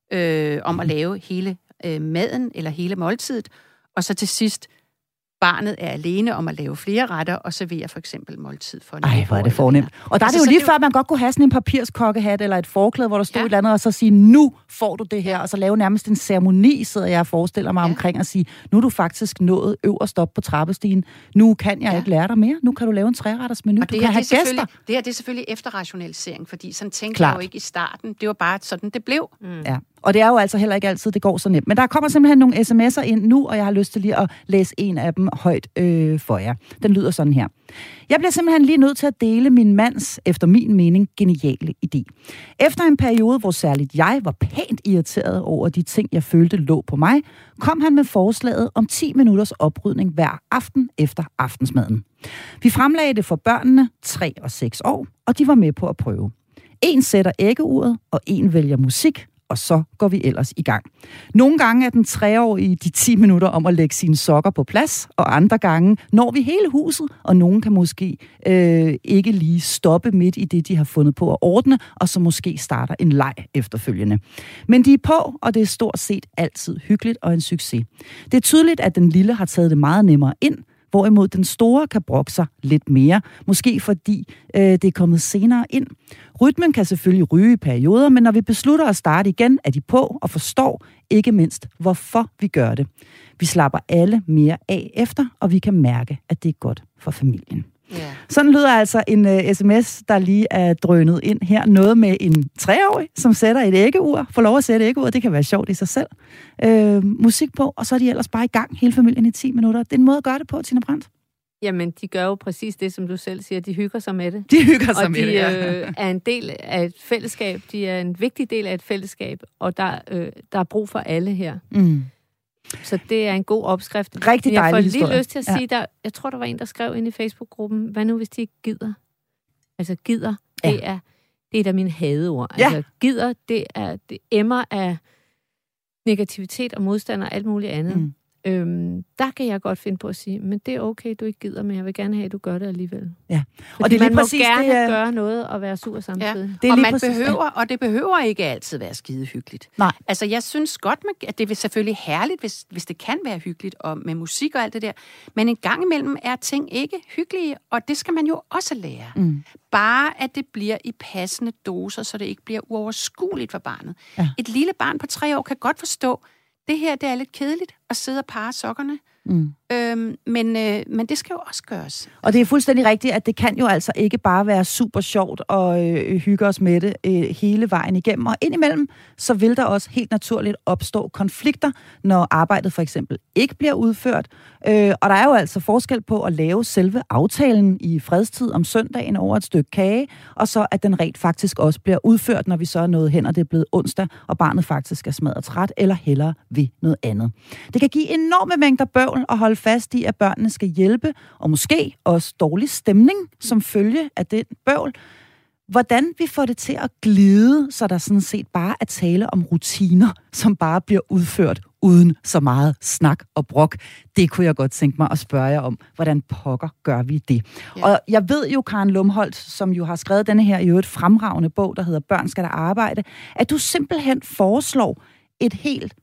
om at lave hele maden eller hele måltidet. Og så til sidst, barnet er alene om at lave flere retter og servere for eksempel måltid for en. Ej, hvor er det fornemt. Og der er det jo lige før, man godt kunne have sådan en papirskokkehat eller et forklæde, hvor der stod et eller andet, og så sige, nu får du det her, og så lave nærmest en ceremoni, sidder jeg og forestiller mig omkring, og sige, nu er du faktisk nået øverst op på trappestigen. Nu kan jeg ikke lære dig mere. Nu kan du lave en 3-retters menu. Du kan have gæster. Det er selvfølgelig efterrationalisering, fordi sådan tænkte jeg jo ikke i starten. Det var bare sådan, det blev. Ja. Og det er jo altså heller ikke altid, det går så nemt. Men der kommer simpelthen nogle sms'er ind nu, og jeg har lyst til lige at læse en af dem højt for jer. Den lyder sådan her. Jeg bliver simpelthen lige nødt til at dele min mands, efter min mening, geniale idé. Efter en periode, hvor særligt jeg var pænt irriteret over de ting, jeg følte lå på mig, kom han med forslaget om 10 minutters oprydning hver aften efter aftensmaden. Vi fremlagde det for børnene 3 og 6 år, og de var med på at prøve. En sætter æggeuret, og en vælger musik, og så går vi ellers i gang. Nogle gange er den 3-årige de 10 minutter om at lægge sine sokker på plads, og andre gange når vi hele huset, og nogen kan måske ikke lige stoppe midt i det, de har fundet på at ordne, og så måske starter en leg efterfølgende. Men de er på, og det er stort set altid hyggeligt og en succes. Det er tydeligt, at den lille har taget det meget nemmere ind, hvorimod den store kan brokke sig lidt mere, måske fordi det er kommet senere ind. Rytmen kan selvfølgelig ryge i perioder, men når vi beslutter at starte igen, er de på og forstår ikke mindst, hvorfor vi gør det. Vi slapper alle mere af efter, og vi kan mærke, at det er godt for familien. Yeah. Sådan lyder altså en sms, der lige er drønet ind her. Noget med en 3-årig, som sætter et æggeur. Får lov at sætte æggeur, det kan være sjovt i sig selv. Musik på, og så er de ellers bare i gang, hele familien i 10 minutter. Det er en måde at gøre det på, Tina Brandt. Jamen, de gør jo præcis det, som du selv siger. De hygger sig med det. De hygger sig med det, ja. Og de er en del af et fællesskab. De er en vigtig del af et fællesskab, og der er brug for alle her. Mm. Så det er en god opskrift. Rigtig dejlig historie. Jeg får lige lyst til at sige, jeg tror, der var en, der skrev ind i Facebook-gruppen, hvad nu, hvis de ikke gider? Altså, gider, det er da mine hadeord. Ja. Altså, gider, det emmer af negativitet og modstand og alt muligt andet. Mm. Der kan jeg godt finde på at sige, men det er okay, du ikke gider, men jeg vil gerne have, at du gør det alligevel. Ja. Og det er man må gerne gøre noget og være sur samtidig. Ja. Det er og det behøver ikke altid være skide hyggeligt. Nej. Altså, jeg synes godt, at det er selvfølgelig herligt, hvis det kan være hyggeligt, og med musik og alt det der. Men en gang imellem er ting ikke hyggelige, og det skal man jo også lære. Mm. Bare at det bliver i passende doser, så det ikke bliver uoverskueligt for barnet. Ja. Et lille barn på 3 år kan godt forstå, det her, det er lidt kedeligt at sidde og parre sokkerne. Mm. Men det skal jo også gøres. Og det er fuldstændig rigtigt, at det kan jo altså ikke bare være super sjovt og hygge os med det hele vejen igennem. Og indimellem, så vil der også helt naturligt opstå konflikter, når arbejdet for eksempel ikke bliver udført. Og der er jo altså forskel på at lave selve aftalen i fredstid om søndagen over et stykke kage, og så at den rent faktisk også bliver udført, når vi så er nået hen, og det er blevet onsdag, og barnet faktisk er smadret træt, eller hellere ved noget andet. Det kan give enorme mængder bøvl at holde fast i, at børnene skal hjælpe, og måske også dårlig stemning som følge af den bøvl. Hvordan vi får det til at glide, så der sådan set bare er tale om rutiner, som bare bliver udført uden så meget snak og brok. Det kunne jeg godt tænke mig at spørge jer om. Hvordan pokker gør vi det? Ja. Og jeg ved jo, Karen Lumholdt, som jo har skrevet denne her i øvrigt fremragende bog, der hedder Børn skal der arbejde, at du simpelthen foreslår en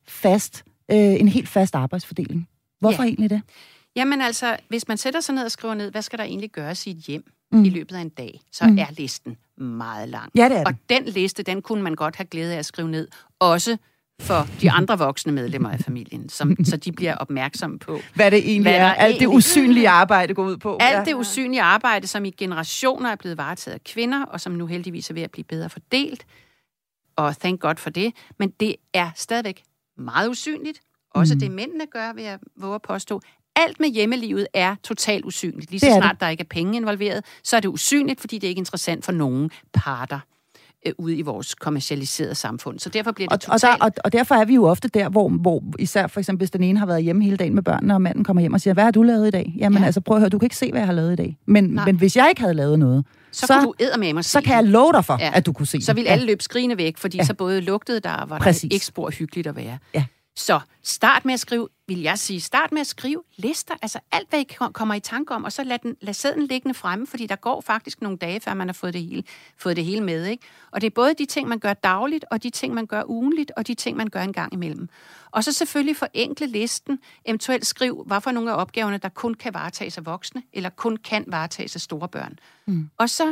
helt fast arbejdsfordeling. Hvorfor egentlig det? Jamen altså, hvis man sætter sig ned og skriver ned, hvad skal der egentlig gøres i et hjem i løbet af en dag, så er listen meget lang. Ja, det er det. Og den liste, den kunne man godt have glæde af at skrive ned, også for de andre voksne medlemmer af familien, så de bliver opmærksomme på, hvad det egentlig er. Alt det usynlige arbejde går ud på. Alt det usynlige arbejde, som i generationer er blevet varetaget af kvinder, og som nu heldigvis er ved at blive bedre fordelt. Og thank God for det. Men det er stadigvæk meget usynligt. Også det mændene gør, vil jeg våge at påstå. Alt med hjemmelivet er totalt usynligt. Lige så snart der ikke er penge involveret, så er det usynligt, fordi det er ikke interessant for nogen parter. ude i vores kommercialiserede samfund. Så derfor bliver det totalt... Og derfor er vi jo ofte der, hvor især for eksempel, hvis den ene har været hjemme hele dagen med børnene, og manden kommer hjem og siger, hvad har du lavet i dag? Jamen altså, prøv at høre, du kan ikke se, hvad jeg har lavet i dag. Men hvis jeg ikke havde lavet noget, så kunne du eddermame så kan jeg love dig for, at du kunne se. Så ville alle løbe skrigende væk, fordi så både lugtede der, var der ikke spor hyggeligt at være. Ja. Så start med at skrive, vil jeg sige, start med at skrive lister, altså alt, hvad I kommer i tanke om, og så lad sædlen liggende fremme, fordi der går faktisk nogle dage, før man har fået det hele med, ikke? Og det er både de ting, man gør dagligt, og de ting, man gør ugenligt, og de ting, man gør en gang imellem. Og så selvfølgelig forenkle listen, eventuelt skriv, hvad for nogle af opgaverne, der kun kan varetages af voksne, eller kun kan varetages af store børn. Og så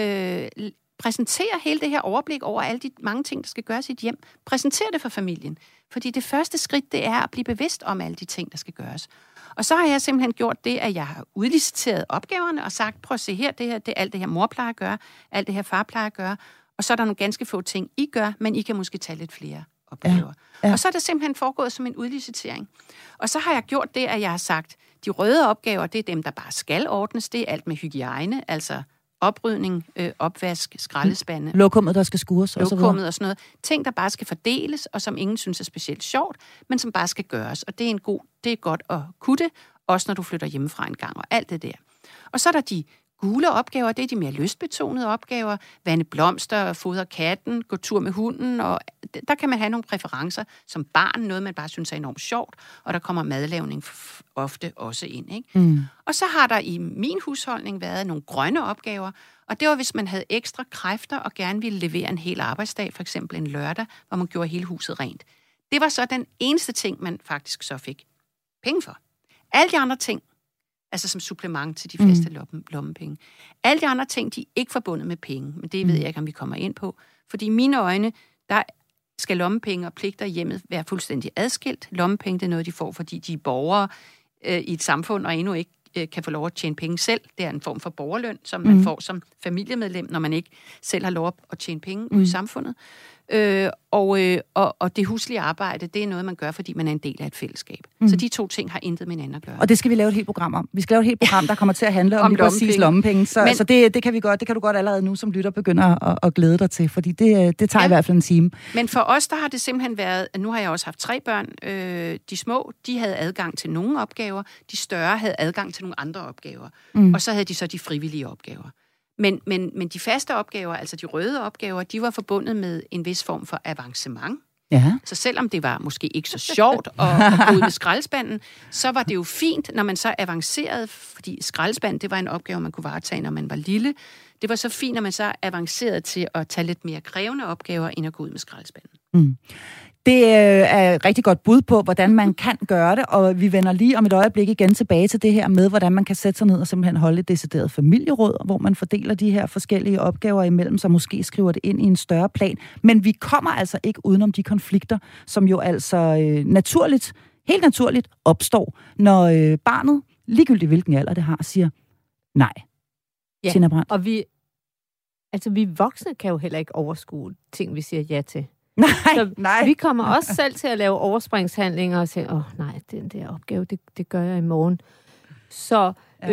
præsentere hele det her overblik over alle de mange ting, der skal gøres i et hjem. Præsentere det for familien. Fordi det første skridt, det er at blive bevidst om alle de ting, der skal gøres. Og så har jeg simpelthen gjort det, at jeg har udliciteret opgaverne og sagt, prøv at se her, det er alt det her mor plejer at gøre, alt det her far plejer at gøre, og så er der nogle ganske få ting, I gør, men I kan måske tage lidt flere opgaver. Ja. Og så er det simpelthen foregået som en udlicitering. Og så har jeg gjort det, at jeg har sagt, de røde opgaver, det er dem, der bare skal ordnes, det er alt med hygiejne, altså oprydning, opvask, skraldespande. Lokummet, der skal skures. Lokummet og sådan noget. Ting, der bare skal fordeles, og som ingen synes er specielt sjovt, men som bare skal gøres. Og det er godt at kunne det, også når du flytter hjemmefra en gang, og alt det der. Og så er der de gule opgaver, det er de mere lystbetonede opgaver. Vande blomster, fodre katten, gå tur med hunden, og der kan man have nogle præferencer som barn, noget man bare synes er enormt sjovt, og der kommer madlavning ofte også ind, ikke? Og så har der i min husholdning været nogle grønne opgaver, og det var, hvis man havde ekstra kræfter og gerne ville levere en hel arbejdsdag, for eksempel en lørdag, hvor man gjorde hele huset rent. Det var så den eneste ting, man faktisk så fik penge for. Alle de andre ting, altså som supplement til de faste lommepenge. Alle de andre ting, de er ikke forbundet med penge, men det ved jeg ikke, om vi kommer ind på. Fordi i mine øjne, der skal lommepenge og pligter i hjemmet være fuldstændig adskilt. Lommepenge, det er noget, de får, fordi de er borgere i et samfund, og endnu ikke kan få lov at tjene penge selv. Det er en form for borgerløn, som man får som familiemedlem, når man ikke selv har lov at tjene penge ude i samfundet. Og det huslige arbejde, det er noget, man gør, fordi man er en del af et fællesskab. Så de to ting har intet med hinanden at gøre. Og det skal vi lave et helt program om. Vi skal lave et helt program, der kommer til at handle om lige præcis lommepenge. Så det kan vi godt. Det kan du godt allerede nu, som lytter, begynder at glæde dig til, fordi det tager i hvert fald en time. Men for os, der har det simpelthen været, nu har jeg også haft 3 børn. De små, de havde adgang til nogle opgaver. De større havde adgang til nogle andre opgaver. Og så havde de så de frivillige opgaver. Men de faste opgaver, altså de røde opgaver, de var forbundet med en vis form for avancement. Ja. Så selvom det var måske ikke så sjovt at gå ud med skraldespanden, så var det jo fint, når man så avancerede, fordi skraldespanden, det var en opgave, man kunne varetage, når man var lille. Det var så fint, når man så avancerede til at tage lidt mere krævende opgaver, end at gå ud med skraldespanden. Det er et rigtig godt bud på, hvordan man kan gøre det, og vi vender lige om et øjeblik igen tilbage til det her med, hvordan man kan sætte sig ned og simpelthen holde et decideret familieråd, hvor man fordeler de her forskellige opgaver imellem, så måske skriver det ind i en større plan. Men vi kommer altså ikke udenom de konflikter, som jo altså helt naturligt opstår, når barnet, ligegyldigt hvilken alder det har, siger nej. Ja, Tina Brandt. Og vi voksne kan jo heller ikke overskue ting, vi siger ja til. Nej. Vi kommer også selv til at lave overspringshandlinger og sige, nej, den der opgave, det gør jeg i morgen. Så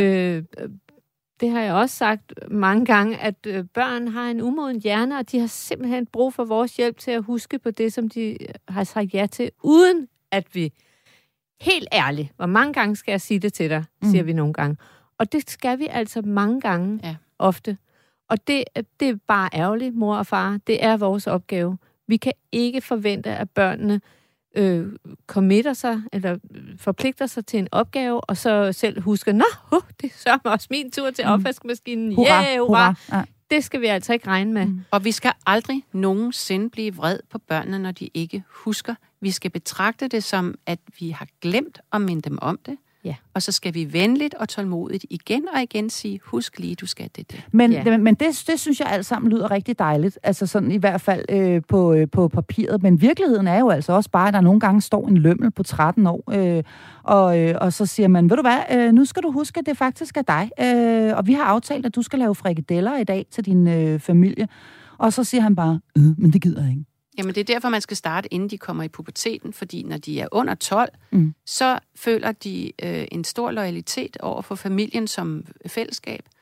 det har jeg også sagt mange gange, at børn har en umoden hjerne, og de har simpelthen brug for vores hjælp til at huske på det, som de har sagt ja til, uden at vi, helt ærligt, hvor mange gange skal jeg sige det til dig, siger vi nogle gange. Og det skal vi altså mange gange, ofte. Og det er bare ærgerligt, mor og far. Det er vores opgave. Vi kan ikke forvente, at børnene committer sig, eller forpligter sig til en opgave, og så selv husker, det er så også min tur til opvaskemaskinen. Hurra. Ja. Det skal vi altså ikke regne med. Og vi skal aldrig nogensinde blive vred på børnene, når de ikke husker. Vi skal betragte det som, at vi har glemt at minde dem om det. Ja. Og så skal vi venligt og tålmodigt igen og igen sige, husk lige, du skal det. Men det synes jeg alt sammen lyder rigtig dejligt. Altså sådan i hvert fald på papiret. Men virkeligheden er jo altså også bare, at der nogle gange står en lømmel på 13 år. Og så siger man, ved du hvad, nu skal du huske, at det faktisk er dig. Og vi har aftalt, at du skal lave frikadeller i dag til din familie. Og så siger han bare, men det gider jeg ikke. Jamen, det er derfor, man skal starte, inden de kommer i puberteten, fordi når de er under 12, så føler de en stor loyalitet over for familien som fællesskab.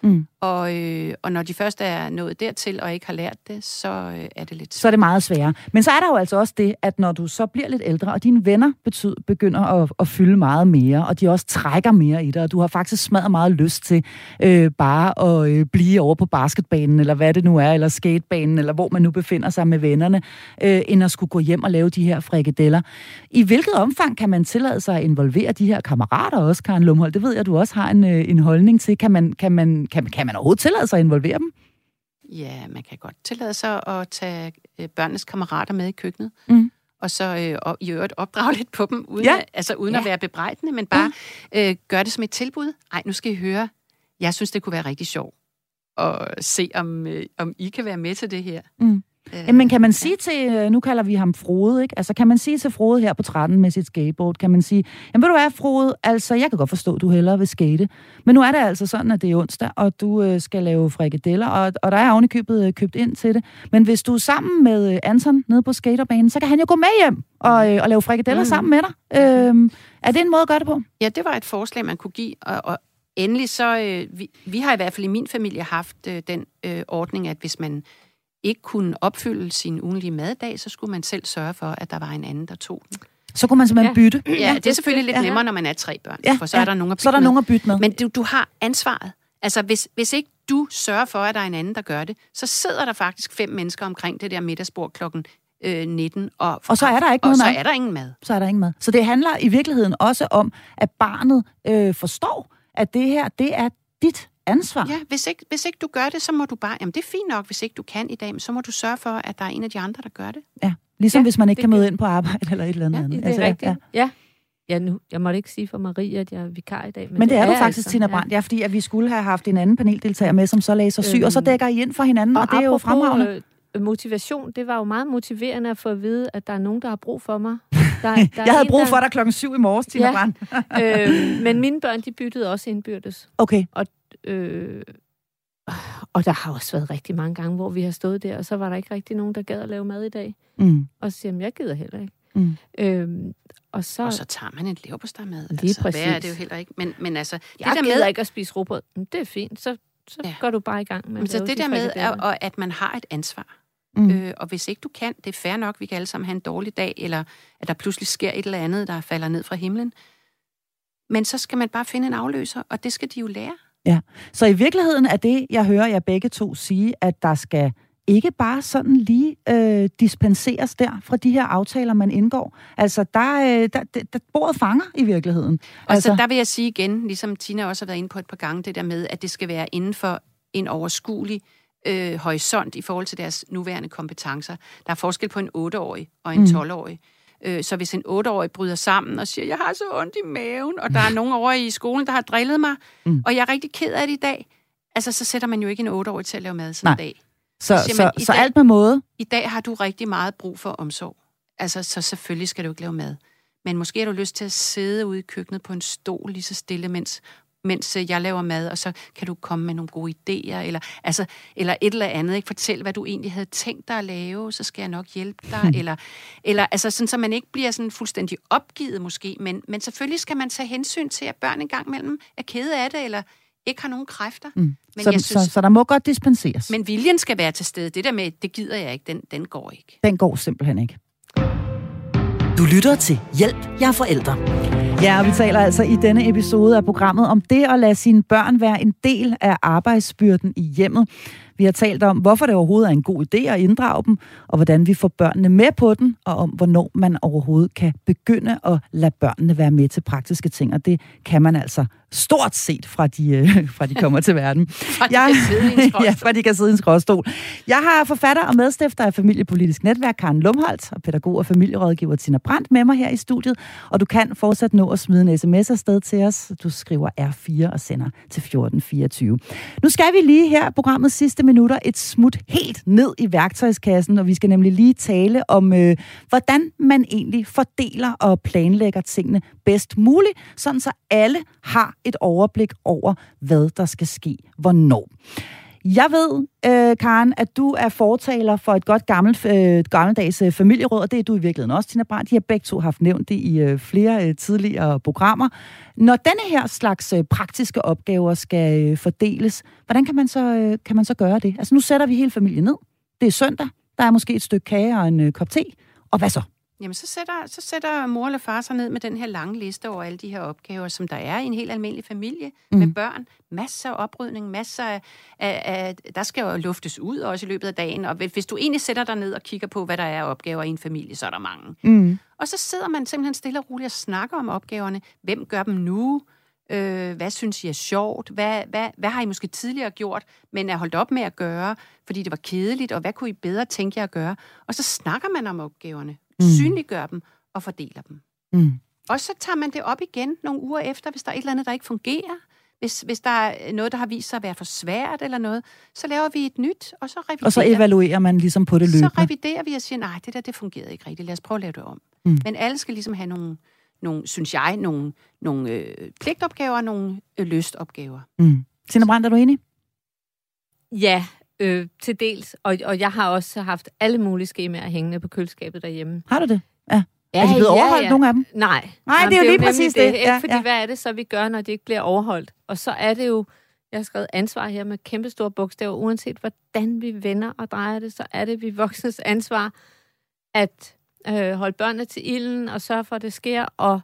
Og når de først er nået dertil og ikke har lært det, så er det lidt svært. Så er det meget sværere. Men så er der jo altså også det, at når du så bliver lidt ældre, og dine venner begynder at fylde meget mere, og de også trækker mere i dig, og du har faktisk smadret meget lyst til bare at blive over på basketbanen, eller hvad det nu er, eller skatebanen, eller hvor man nu befinder sig med vennerne, end at skulle gå hjem og lave de her frikadeller. I hvilket omfang kan man tillade sig at involvere de her kammerater også, Karen Lumholt? Det ved jeg, du også har en holdning til. Kan man overhovedet tillade sig at involvere dem? Ja, man kan godt tillade sig at tage børnenes kammerater med i køkkenet, og så i øvrigt opdrage lidt på dem, uden at være bebrejdende, men bare gøre det som et tilbud. Ej, nu skal I høre. Jeg synes, det kunne være rigtig sjovt at se, om I kan være med til det her. Men kan man sige til, nu kalder vi ham Frode, ikke? Altså kan man sige til Frode her på 13 med sit skateboard, kan man sige, jamen ved du hvad, Frode, altså jeg kan godt forstå, at du hellere vil skate, men nu er det altså sådan, at det er onsdag, og du skal lave frikadeller, og der er ovenikøbet købt ind til det, men hvis du er sammen med Anton nede på skaterbanen, så kan han jo gå med hjem og lave frikadeller sammen med dig. Er det en måde at gøre det på? Ja, det var et forslag, man kunne give, og endelig så, vi har i hvert fald i min familie haft den ordning, at hvis man ikke kunne opfylde sin ugenlige maddag, så skulle man selv sørge for, at der var en anden, der tog den. Så kunne man simpelthen bytte? Ja, det er selvfølgelig lidt nemmere, når man er 3 børn, for så er der nogen at bytte med. Men du har ansvaret. Altså, hvis ikke du sørger for, at der er en anden, der gør det, så sidder der faktisk 5 mennesker omkring det der middagsbord klokken 19. Og så er der ikke noget mad. Så er der ingen mad. Så det handler i virkeligheden også om, at barnet forstår, at det her, det er dit ansvar. Ja, hvis ikke du gør det, så må du bare... Jamen, det er fint nok, hvis ikke du kan i dag, men så må du sørge for, at der er en af de andre, der gør det. Ja, ligesom hvis man ikke kan møde ind på arbejde eller et eller andet. Ja, det er rigtigt. Ja, nu, jeg måtte ikke sige for Marie, at jeg er vikar i dag. Men det er du faktisk, altså, Tina Brandt. Ja, fordi at vi skulle have haft en anden paneldeltager med, som så lagde sig syg, og så dækker I ind for hinanden, og det er jo fremragende. Motivation, det var jo meget motiverende at få at vide, at der er nogen, der har brug for mig. Jeg havde brug for dig 7:00 i morges, Tina Brandt. Men mine børn, de byttede også indbyrdes. Okay. Og der har også været rigtig mange gange, hvor vi har stået der, og så var der ikke rigtig nogen, der gad at lave mad i dag. Og så siger jeg, jeg gider heller ikke. Og så tager man et leverpostejmad. Altså, hvad er det jo heller ikke. Men altså, jeg gider ikke at spise rugbrød. Det er fint, så går du bare i gang med så det der med, at man har et ansvar. Og hvis ikke du kan, det er fair nok, vi kan alle sammen have en dårlig dag, eller at der pludselig sker et eller andet, der falder ned fra himlen. Men så skal man bare finde en afløser, og det skal de jo lære. Ja, så i virkeligheden er det, jeg hører jer begge to sige, at der skal ikke bare sådan lige dispenseres der fra de her aftaler, man indgår. Altså, der bordet fanger i virkeligheden. Altså, der vil jeg sige igen, ligesom Tina også har været inde på et par gange, det der med, at det skal være inden for en overskuelig horisont i forhold til deres nuværende kompetencer. Der er forskel på en 8-årig og en 12-årig. Så hvis en 8-årig bryder sammen og siger, jeg har så ondt i maven, og der er nogen over i skolen, der har drillet mig, og jeg er rigtig ked af det i dag, altså så sætter man jo ikke en 8-årig til at lave mad sådan en dag. Så alt med måde? I dag har du rigtig meget brug for omsorg. Altså, så selvfølgelig skal du ikke lave mad. Men måske har du lyst til at sidde ude i køkkenet på en stol lige så stille, mens jeg laver mad, og så kan du komme med nogle gode idéer, eller et eller andet, ikke? Fortæl, hvad du egentlig havde tænkt dig at lave, så skal jeg nok hjælpe dig, eller altså sådan, så man ikke bliver sådan fuldstændig opgivet måske, men selvfølgelig skal man tage hensyn til, at børn engang imellem er kede af det, eller ikke har nogen kræfter. Men så der må godt dispenseres. Men viljen skal være til stede. Det der med, det gider jeg ikke, den går ikke. Den går simpelthen ikke. Du lytter til Hjælp, jeg er forælder. Ja, og vi taler altså i denne episode af programmet om det at lade sine børn være en del af arbejdsbyrden i hjemmet. Vi har talt om, hvorfor det overhovedet er en god idé at inddrage dem, og hvordan vi får børnene med på den, og om, hvornår man overhovedet kan begynde at lade børnene være med til praktiske ting. Og det kan man altså stort set, fra de kommer til verden. Fra de kan sidde i en skråstol. Jeg har forfatter og medstifter af Familiepolitisk Netværk, Karen Lumholt, og pædagog og familierådgiver Tina Brandt med mig her i studiet. Og du kan fortsat nå at smide en sms afsted til os. Du skriver R4 og sender til 1424. Nu skal vi lige her, programmets sidste minutter, et smut helt ned i værktøjskassen, og vi skal nemlig lige tale om, hvordan man egentlig fordeler og planlægger tingene bedst muligt, sådan så alle har et overblik over, hvad der skal ske, hvornår. Jeg ved, Karen, at du er fortaler for et godt gammeldags familieråd, og det er du i virkeligheden også, Tina Brandt. De har begge to haft nævnt det i flere tidligere programmer. Når denne her slags praktiske opgaver skal fordeles, hvordan kan man så gøre det? Altså nu sætter vi hele familien ned. Det er søndag. Der er måske et stykke kage og en kop te. Og hvad så? Jamen, så sætter mor eller far sig ned med den her lange liste over alle de her opgaver, som der er i en helt almindelig familie med børn. Masser af oprydning, masser af der skal jo luftes ud også i løbet af dagen. Og hvis du egentlig sætter dig ned og kigger på, hvad der er opgaver i en familie, så er der mange. Og så sidder man simpelthen stille og roligt og snakker om opgaverne. Hvem gør dem nu? Hvad synes I er sjovt? Hvad har I måske tidligere gjort, men er holdt op med at gøre, fordi det var kedeligt? Og hvad kunne I bedre tænke jer at gøre? Og så snakker man om opgaverne. Synliggør dem og fordeler dem. Og så tager man det op igen nogle uger efter, hvis der er et eller andet, der ikke fungerer. Hvis der er noget, der har vist sig at være for svært eller noget, så laver vi et nyt, og så reviderer vi. Og så evaluerer man ligesom på det løbende. Så reviderer vi og siger, nej, det fungerede ikke rigtigt. Lad os prøve at lave det om. Men alle skal ligesom have nogle pligtopgaver og nogle lystopgaver. Tina Brandt, er du enig? Ja, til dels. Og jeg har også haft alle mulige skemaer hængende på køleskabet derhjemme. Har du det? Ja. Er de blevet overholdt, nogle af dem? Nej. Nej, det er jo lige præcis det. Ikke, fordi hvad er det så, vi gør, når det ikke bliver overholdt? Og så er det jo, jeg har skrevet ansvar her med kæmpe store bogstaver, uanset hvordan vi vender og drejer det, så er det vi voksnes ansvar at holde børnene til ilden og sørge for, at det sker. Og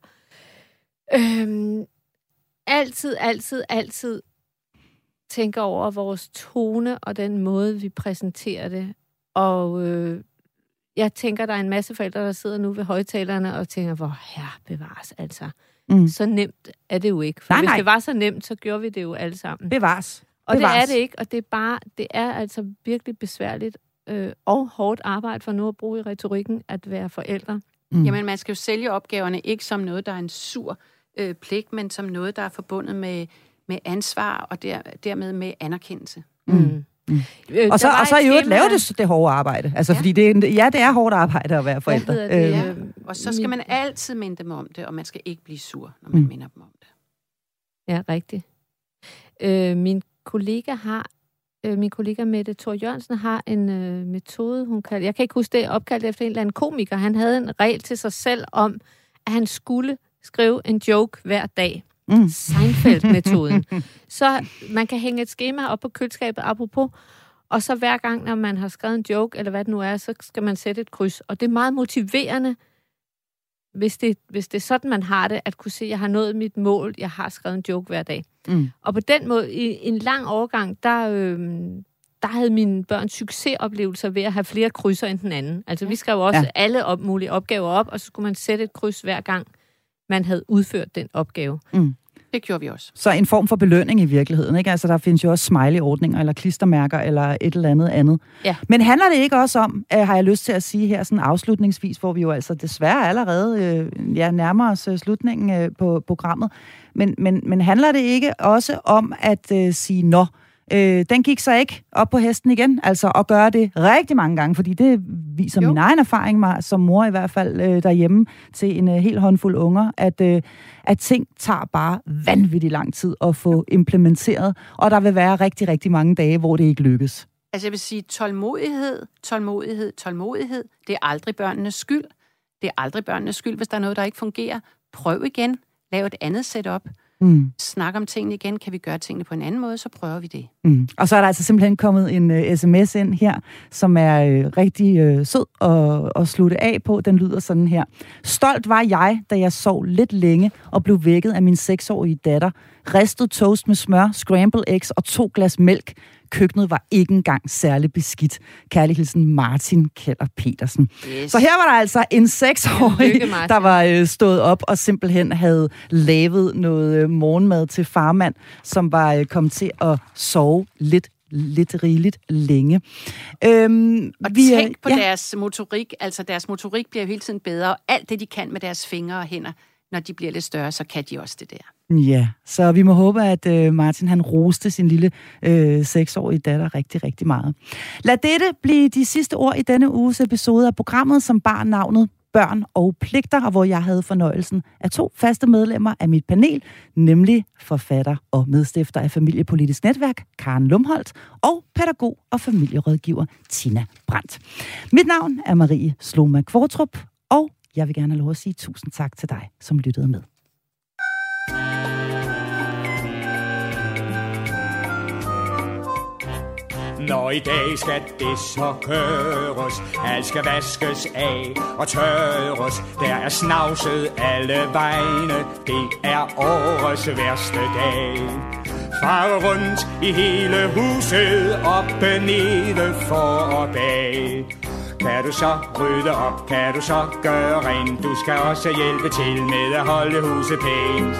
altid tænker over vores tone og den måde, vi præsenterer det. Og jeg tænker, der er en masse forældre, der sidder nu ved højtalerne og tænker, hvor herre bevares, altså. Så nemt er det jo ikke. For hvis det var så nemt, så gjorde vi det jo alle sammen. Bevares. Og det er det ikke, og det er altså virkelig besværligt og hårdt arbejde for nu at bruge i retorikken at være forældre. Jamen, man skal jo sælge opgaverne ikke som noget, der er en sur pligt, men som noget, der er forbundet med ansvar og dermed med anerkendelse. Og så i øvrigt lave det hårde arbejde. Altså, fordi det er hårdt arbejde at være forældre. Og så skal man altid minde dem om det, og man skal ikke blive sur, når man minder dem om det. Ja, rigtigt. Min kollega Mette Thor Jørgensen har en metode, hun kalder, jeg kan ikke huske det, opkaldt efter en eller anden komiker. Han havde en regel til sig selv om, at han skulle skrive en joke hver dag. Seinfeld-metoden. Så man kan hænge et skema op på køleskabet, apropos, og så hver gang, når man har skrevet en joke, eller hvad det nu er, så skal man sætte et kryds. Og det er meget motiverende, hvis det er sådan, man har det, at kunne se, at jeg har nået mit mål, jeg har skrevet en joke hver dag. Og på den måde, i en lang overgang, der havde mine børn succesoplevelser ved at have flere krydser end den anden. Altså, vi skrev også alle mulige opgaver op, og så skulle man sætte et kryds hver gang, man havde udført den opgave. Det gjorde vi også. Så en form for belønning i virkeligheden, ikke? Altså, der findes jo også smiley-ordninger, eller klistermærker, eller et eller andet. Ja. Men handler det ikke også om, har jeg lyst til at sige her, sådan afslutningsvis, hvor vi jo altså desværre allerede nærmer os slutningen på programmet, men handler det ikke også om at sige, den gik så ikke op på hesten igen, altså at gøre det rigtig mange gange, fordi det viser min egen erfaring mig, som mor i hvert fald derhjemme til en hel håndfuld unger, at ting tager bare vanvittigt lang tid at få implementeret, og der vil være rigtig, rigtig mange dage, hvor det ikke lykkes. Altså jeg vil sige, tålmodighed. Det er aldrig børnenes skyld. Det er aldrig børnenes skyld, hvis der er noget, der ikke fungerer. Prøv igen. Lav et andet setup. Snak om tingene igen. Kan vi gøre tingene på en anden måde, så prøver vi det. Og så er der altså simpelthen kommet en sms ind her, som er rigtig sød at slutte af på. Den lyder sådan her. Stolt var jeg, da jeg sov lidt længe og blev vækket af min 6-årige datter. Ristet toast med smør, scrambled eggs og 2 glas mælk. Køkkenet var ikke engang særlig beskidt. Kærlig hilsen Martin Keller Petersen. Yes. Så her var der altså en 6-årig, der var stået op og simpelthen havde lavet noget morgenmad til farmand, som var kommet til at sove lidt rigeligt længe. Og tænk på deres motorik. Altså deres motorik bliver jo hele tiden bedre, og alt det, de kan med deres fingre og hænder, når de bliver lidt større, så kan de også det der. Ja, så vi må håbe, at Martin han roste sin lille 6-årige datter rigtig, rigtig meget. Lad dette blive de sidste ord i denne uges episode af programmet, som bar navnet børn og pligter, og hvor jeg havde fornøjelsen af 2 faste medlemmer af mit panel, nemlig forfatter og medstifter af Familiepolitisk Netværk, Karen Lumholdt, og pædagog og familierådgiver, Tina Brandt. Mit navn er Marie Sloma Kvartrup, og jeg vil gerne have lov at sige tusind tak til dig, som lyttede med. Når i dag skal det så køres, alt skal vaskes af og tørres. Der er snavset alle vegne, det er årets værste dag. Far rundt i hele huset, oppe, nede, for og bag. Kan du så rydde op, kan du så gøre rent, du skal også hjælpe til med at holde huset pænt.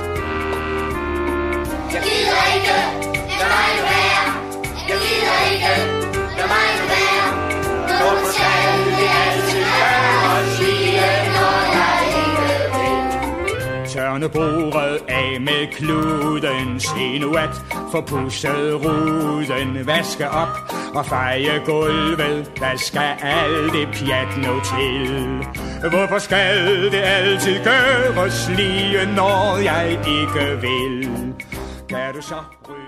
Jeg gider ikke, lad mig nu være. Jeg gider ikke, lad mig nu være. Hvorfor skal det altid gøres lige, når jeg ikke vil? Tørne bordet af med kluden, se nu at få pusset ruden, vaske op og feje gulvet, hvad skal alt det pjat nå til? Hvorfor skal det altid gøres lige, når jeg ikke vil? Kan du så